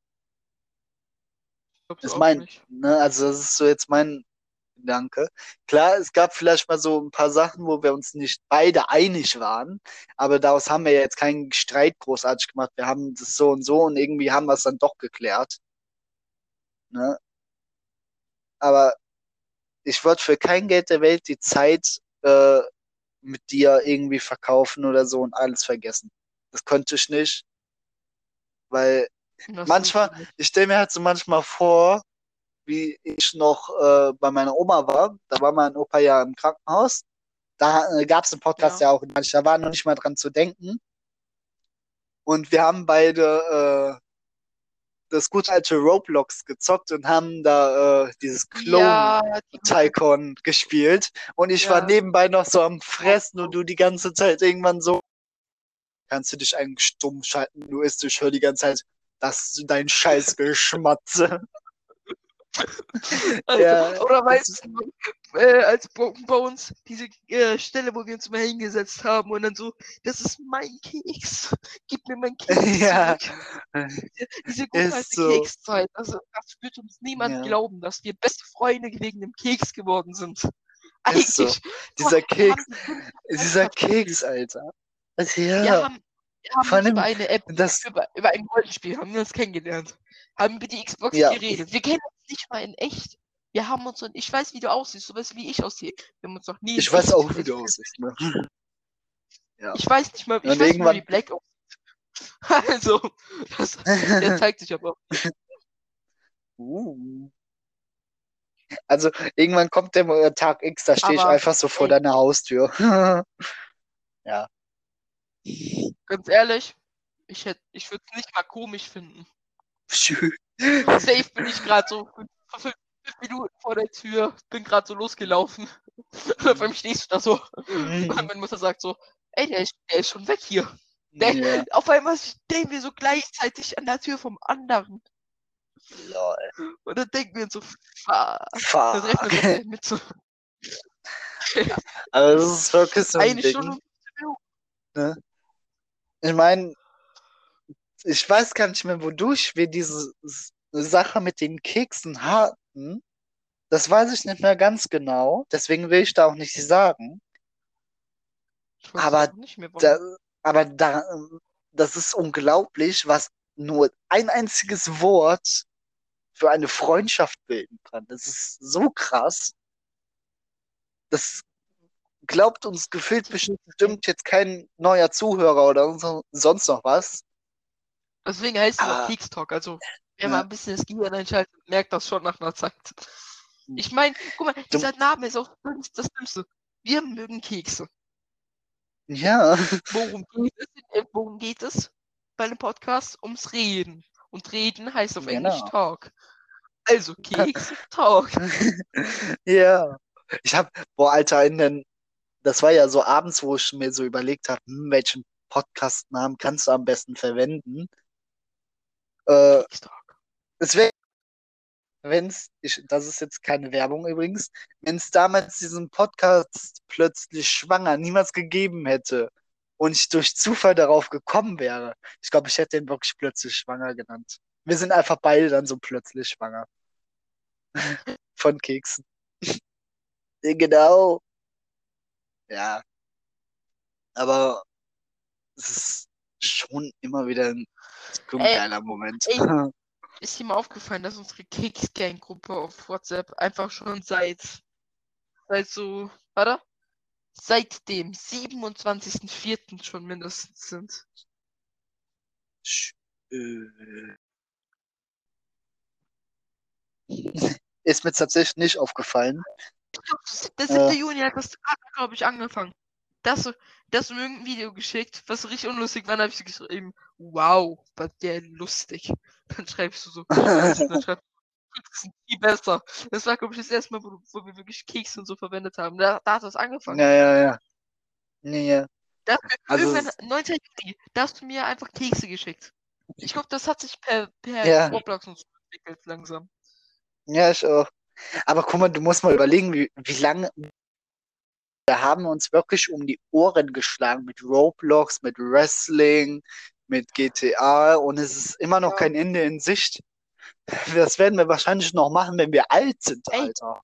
Ich glaub's Ist auch mein, nicht. ne, also das ist so jetzt mein Gedanke. Klar, es gab vielleicht mal so ein paar Sachen, wo wir uns nicht beide einig waren, aber daraus haben wir jetzt keinen Streit großartig gemacht. Wir haben das so und irgendwie haben wir es dann doch geklärt. Ne? Aber ich würde für kein Geld der Welt die Zeit mit dir irgendwie verkaufen oder so und alles vergessen. Das könnte ich nicht, weil Das tust manchmal, du nicht. ich stelle mir halt so manchmal vor, wie ich noch bei meiner Oma war. Da war mein Opa ja im Krankenhaus. Da gab es einen Podcast Ja. ja auch nicht. Da war noch nicht mal dran zu denken. Und wir haben beide das gute alte Roblox gezockt und haben da dieses Ja, Clone-Tycoon gespielt. Und ich war ja. nebenbei noch so am Fressen und du die ganze Zeit irgendwann so, kannst du dich eigentlich stumm schalten, du isst, ich höre die ganze Zeit, das ist dein scheiß Geschmatze. Also, Ja, oder weißt du, als bei uns diese Stelle, wo wir uns mal hingesetzt haben und dann so, das ist mein Keks, gib mir meinen Keks ja, zurück. Diese gute ist alte so. Kekszeit, also das wird uns niemand Ja, glauben, dass wir beste Freunde wegen dem Keks geworden sind. ist so. Eigentlich, Dieser wir haben Keks, die Kunst dieser ernsthaft geliebt. Keks, Alter. Wir Ja, haben, wir haben vor uns über allem, eine App, das, über ein Rollenspiel, haben wir uns kennengelernt. Haben über die Xbox ja, geredet. Wir kennen uns nicht mal in echt. Wir haben uns, und ich weiß, wie du aussiehst, so weißt, wie ich aussehe. Wir haben uns noch nie in ich weiß echt. auch, wie Also, du aussiehst, ne? Ja. ich weiß nicht mal, ich Und weiß nicht mal, wie irgendwann, Black aussieht. Also, der zeigt sich aber. uh. Also, irgendwann kommt der Tag X, da stehe ich Aber, einfach so vor ey, deiner Haustür. Ja. ganz ehrlich, ich würde es nicht mal komisch finden. Schön. Safe bin ich gerade so 5 Minuten vor der Tür, bin gerade so losgelaufen. Und auf einmal stehst du da so. Und meine Mutter sagt so, ey, der ist schon weg hier. Ja. Auf einmal stehen wir so gleichzeitig an der Tür vom anderen. Lol. Und dann denken wir uns so, fuck. Dann Fuck. rechnen wir mit so Aber das ist wirklich so ein eine Stunde Ding, und 15 Minuten. ne? Ich meine, ich weiß gar nicht mehr, wodurch wir diese Sache mit den Keksen hatten. Das weiß ich nicht mehr ganz genau. Deswegen will ich da auch nicht sagen. Ich weiß es Aber auch nicht mehr, da, warum. aber da, das ist unglaublich, was nur ein einziges Wort für eine Freundschaft bilden kann. Das ist so krass. Das glaubt uns gefühlt bestimmt jetzt kein neuer Zuhörer oder sonst noch was. Deswegen heißt es auch Aber Kekstalk. Also, wer mal äh, ein bisschen das Gehirn einschaltet, merkt das schon nach einer Zeit. Ich meine, guck mal, du, dieser Name ist auch das Dümmste. Wir mögen Kekse. ja, Worum geht es bei einem Podcast? Ums Reden. Und Reden heißt auf Englisch genau. Talk. Also Keks, Talk. Ja. Boah, Alter, das war ja so abends, wo ich mir so überlegt habe, welchen Podcast-Namen kannst du am besten verwenden? Äh, Kekstalk. Es wäre, das ist jetzt keine Werbung übrigens, wenn es damals diesen Podcast plötzlich schwanger niemals gegeben hätte und ich durch Zufall darauf gekommen wäre, ich glaube, ich hätte den wirklich plötzlich schwanger genannt. Wir sind einfach beide dann so plötzlich schwanger von Keksen. Genau. Ja, aber es ist schon immer wieder so ein geiler Moment. Ey, ist dir mal aufgefallen, dass unsere Keks-Gang-Gruppe auf WhatsApp einfach schon seit dem 27.04. schon mindestens sind. Äh, Ist mir tatsächlich nicht aufgefallen. Der Äh, 7. Juni hat das, glaube ich, angefangen. Das mir irgendein Video geschickt, was so richtig unlustig war, dann habe ich so geschrieben, wow, war der lustig. Dann schreibst du so, scheiße, dann schreibst du, Keks sind viel besser. Das war, glaube ich, das erste Mal, wo wir wirklich Keks und so verwendet haben. Da hat das angefangen. ja. Nee, Da hast du also, irgendwann, 19. Juni, da hast du mir einfach Kekse geschickt. Ich glaube, das hat sich per ja, Roblox und so entwickelt langsam. ja, ich auch. Aber guck mal, du musst mal überlegen, wie lange wir haben uns wirklich um die Ohren geschlagen mit Roblox, mit Wrestling, mit GTA und es ist immer noch Ja. kein Ende in Sicht. Das werden wir wahrscheinlich noch machen, wenn wir alt sind, Ey. Alter.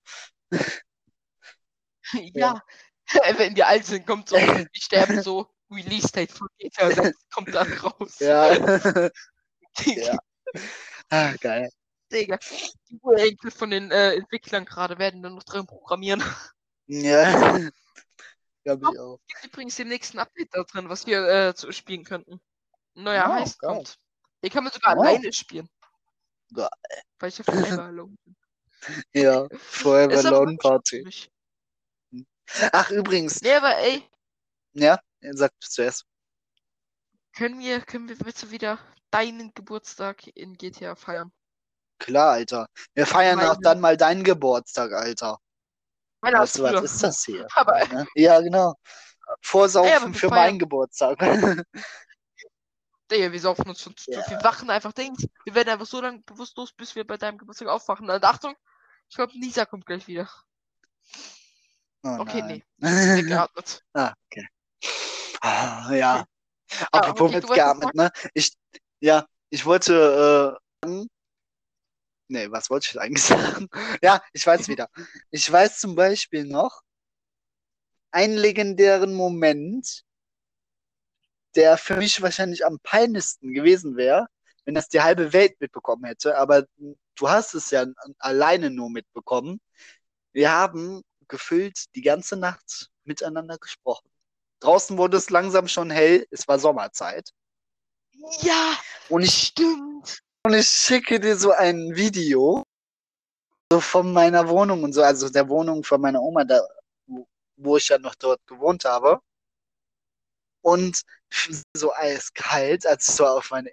Ja, wenn wir alt sind, kommt so, wir sterben so, Release-Date von GTA 6 kommt dann raus. Ja. Ja. Ah, geil. Digga, die Urenkel von den Entwicklern gerade werden dann noch drin programmieren. Ja, glaube ich auch. Es gibt übrigens den nächsten Update da drin, was wir spielen könnten. Ein neuer Oh, Heist geil. kommt. Den kann man sogar Oh. alleine spielen. Geil. Weil ich ja Forever Alone bin. Ja, Forever Ist aber Alone wirklich Party. komisch. Ach, übrigens. Nee, aber ey, Ja, sag zuerst. können wir bitte wieder deinen Geburtstag in GTA feiern. Klar, Alter. Wir feiern auch Meinen. dann mal deinen Geburtstag, Alter. Meiner ist Weißt du, was früher. ist das hier? Aber, Ne? Ja, genau. aber Vorsaufen wir für feiern. meinen Geburtstag. Digga, wir saufen uns schon. Ja. Wir wachen einfach, Dings. Wir werden einfach so lange bewusstlos, bis wir bei deinem Geburtstag aufwachen. Und Achtung, ich glaube, Lisa kommt gleich wieder. Oh Okay, nein. nee. Weggeatmet. Ah, okay. Ah, ja. Okay. Apropos Okay, mit geatmet, ne? Ich wollte, nee, was wollte ich eigentlich sagen? Ja, ich weiß wieder. Ich weiß zum Beispiel noch einen legendären Moment, der für mich wahrscheinlich am peinlichsten gewesen wäre, wenn das die halbe Welt mitbekommen hätte. Aber du hast es ja alleine nur mitbekommen. Wir haben gefühlt die ganze Nacht miteinander gesprochen. Draußen wurde es langsam schon hell, es war Sommerzeit. Ja, Und stimmt. ich schicke dir so ein Video so von meiner Wohnung und so, also der Wohnung von meiner Oma, da, wo ich ja noch dort gewohnt habe. Und so eiskalt, als ich so auf meine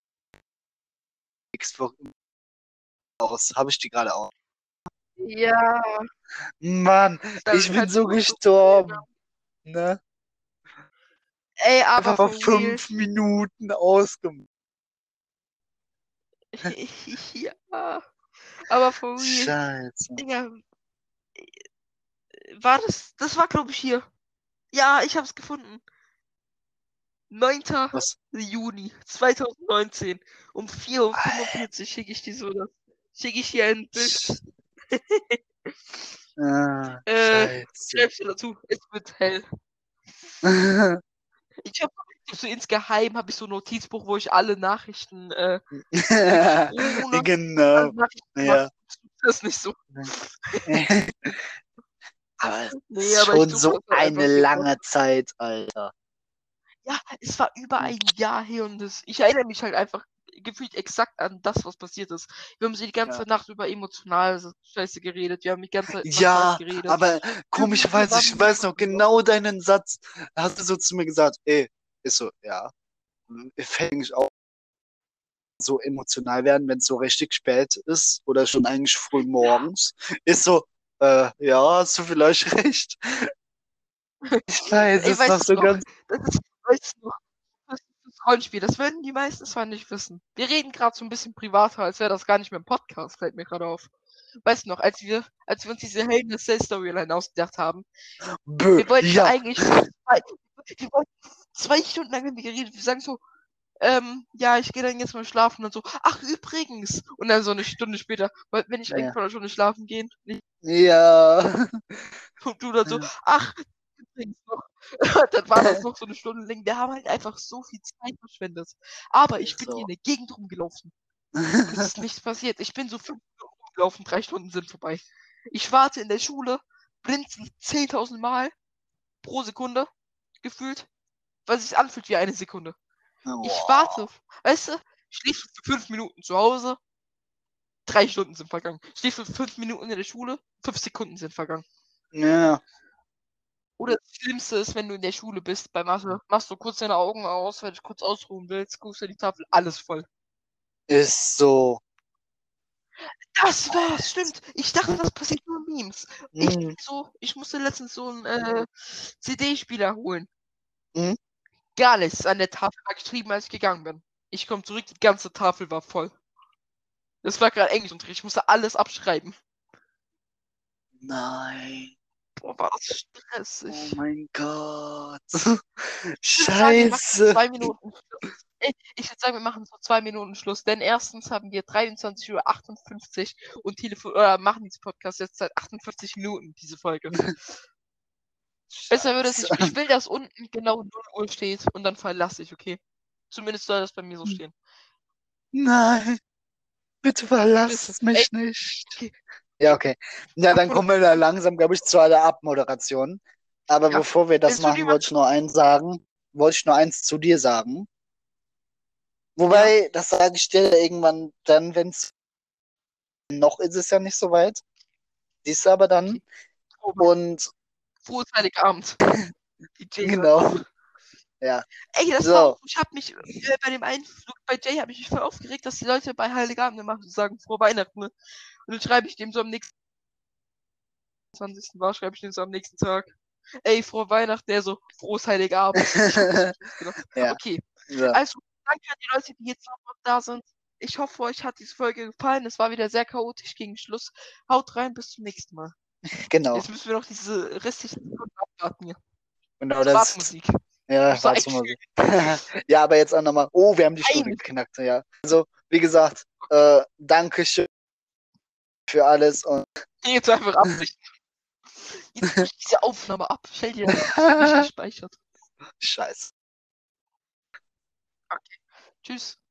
Xbox aus, habe ich die gerade auch. Ja. Mann, ich bin so gestorben. Ne? Ey, aber Einfach mal for real. 5 Minuten ausgemacht. Ja. Aber for real. Scheiße. Digga, war das war, glaube ich, hier. Ja, ich hab's gefunden. 9. Was? Juni 2019 um 4:45 Uhr schicke ich dir ein Bild. Scheiße. Schreibst du dazu, es wird hell. Ich hab so insgeheim habe ich so ein Notizbuch, wo ich alle Nachrichten ohne Genau. Ja. das ist nicht so. Aber Nee, es ist aber ich schon suche so das halt einfach eine so. lange Zeit, Alter. Ja, es war über ein Jahr her und ich erinnere mich halt einfach gefühlt exakt an das, was passiert ist. Wir haben sie die ganze Nacht über emotional Scheiße geredet. Wir haben die ganze Zeit über Scheiß Ja, geredet. aber komischerweise, ich weiß noch genau deinen Satz. Da hast du so zu mir gesagt, ey, ist so, ja, fängt eigentlich auch so emotional werden, wenn es so richtig spät ist oder schon eigentlich früh morgens. Ist so, ja, hast du vielleicht recht. Ich weiß Ey, es noch weißt du so noch, ganz. weißt du noch, das ist das Rollenspiel, das würden die meisten zwar nicht wissen. Wir reden gerade so ein bisschen privater, als wäre das gar nicht mehr im Podcast, fällt mir gerade auf. Weißt du noch, als wir uns diese Helden der Storyline ausgedacht haben, wir wollten Ja. eigentlich wir wollten 2 Stunden lang haben wir geredet, wir sagen so, ja, ich gehe dann jetzt mal schlafen und so, ach übrigens, und dann so eine Stunde später, wollten wir nicht eigentlich vor einer Stunde schlafen gehen? Ja. Und du dann so, ach, übrigens noch. Dann war das noch so eine Stunde lang. Wir haben halt einfach so viel Zeit verschwendet. Aber ich bin hier in der Gegend rumgelaufen. Und es ist nichts passiert. Ich bin so 5 Minuten rumgelaufen, 3 Stunden sind vorbei. Ich warte in der Schule, blinzeln 10.000 Mal pro Sekunde, gefühlt, weil sich anfühlt wie eine Sekunde. Ich warte, weißt du, ich schläfe für 5 Minuten zu Hause, 3 Stunden sind vergangen. Ich schläfe für 5 Minuten in der Schule, 5 Sekunden sind vergangen. Ja. Oder das Schlimmste ist, wenn du in der Schule bist, bei Mathe, machst du kurz deine Augen aus, weil du kurz ausruhen willst, guckst du die Tafel, alles voll. Ist so. Das war's, stimmt. Ich dachte, das passiert nur in Memes. Mhm. Ich musste letztens so einen CD-Spieler holen. Mhm. Gar nichts an der Tafel war geschrieben, als ich gegangen bin. Ich komme zurück, die ganze Tafel war voll. Das war gerade Englischunterricht, ich musste alles abschreiben. Nein. Boah, war das Oh stressig. mein Gott. Ich würde sagen, wir machen so Scheiße. 2 Minuten Schluss. Ich würde sagen, wir machen so 2 Minuten Schluss, denn erstens haben wir 23:58 Uhr und machen diesen Podcast jetzt seit 48 Minuten, diese Folge. Besser würde es nicht. Ich will, dass unten genau 0 Uhr steht und dann verlasse ich, okay? Zumindest soll das bei mir so stehen. Nein. Bitte verlass mich nicht. Okay. Ja, okay. Ja, dann kommen wir da langsam, glaube ich, zu der Abmoderation. Aber Ja. bevor wir das Willst du machen, lieber- wollte ich nur eins zu dir sagen. Wobei, das sage ich dir irgendwann dann, wenn es noch ist es ja nicht so weit. Siehst du aber dann. Okay. Und Frohes Heiligabend. DJ genau. Ja. Ey, das So. war auch, ich habe mich bei dem einen Flug bei Jay habe ich mich voll aufgeregt, dass die Leute bei Heiligabend immer sagen, frohe Weihnachten, ne? Und dann schreibe ich dem so am nächsten 20. war, schreibe ich dem so am nächsten Tag. Ey, frohe Weihnachten, der so, frohes Heiligabend. Ich hab das nicht gedacht. Ja. Okay. So. Also, danke an die Leute, die jetzt noch da sind. Ich hoffe, euch hat diese Folge gefallen. Es war wieder sehr chaotisch gegen Schluss. Haut rein, bis zum nächsten Mal. Genau. Jetzt müssen wir noch diese restlichen Sekunden abwarten hier. Genau, Das das. Wartmusik. Ja, Musst du Wartmusik. Ja, aber jetzt auch nochmal. Oh, wir haben die Stunde geknackt, ja. Also, wie gesagt, Dankeschön für alles und Jetzt einfach Absicht. Jetzt bricht diese Aufnahme ab. Stell dir das nicht gespeichert. Scheiße. Okay. Tschüss.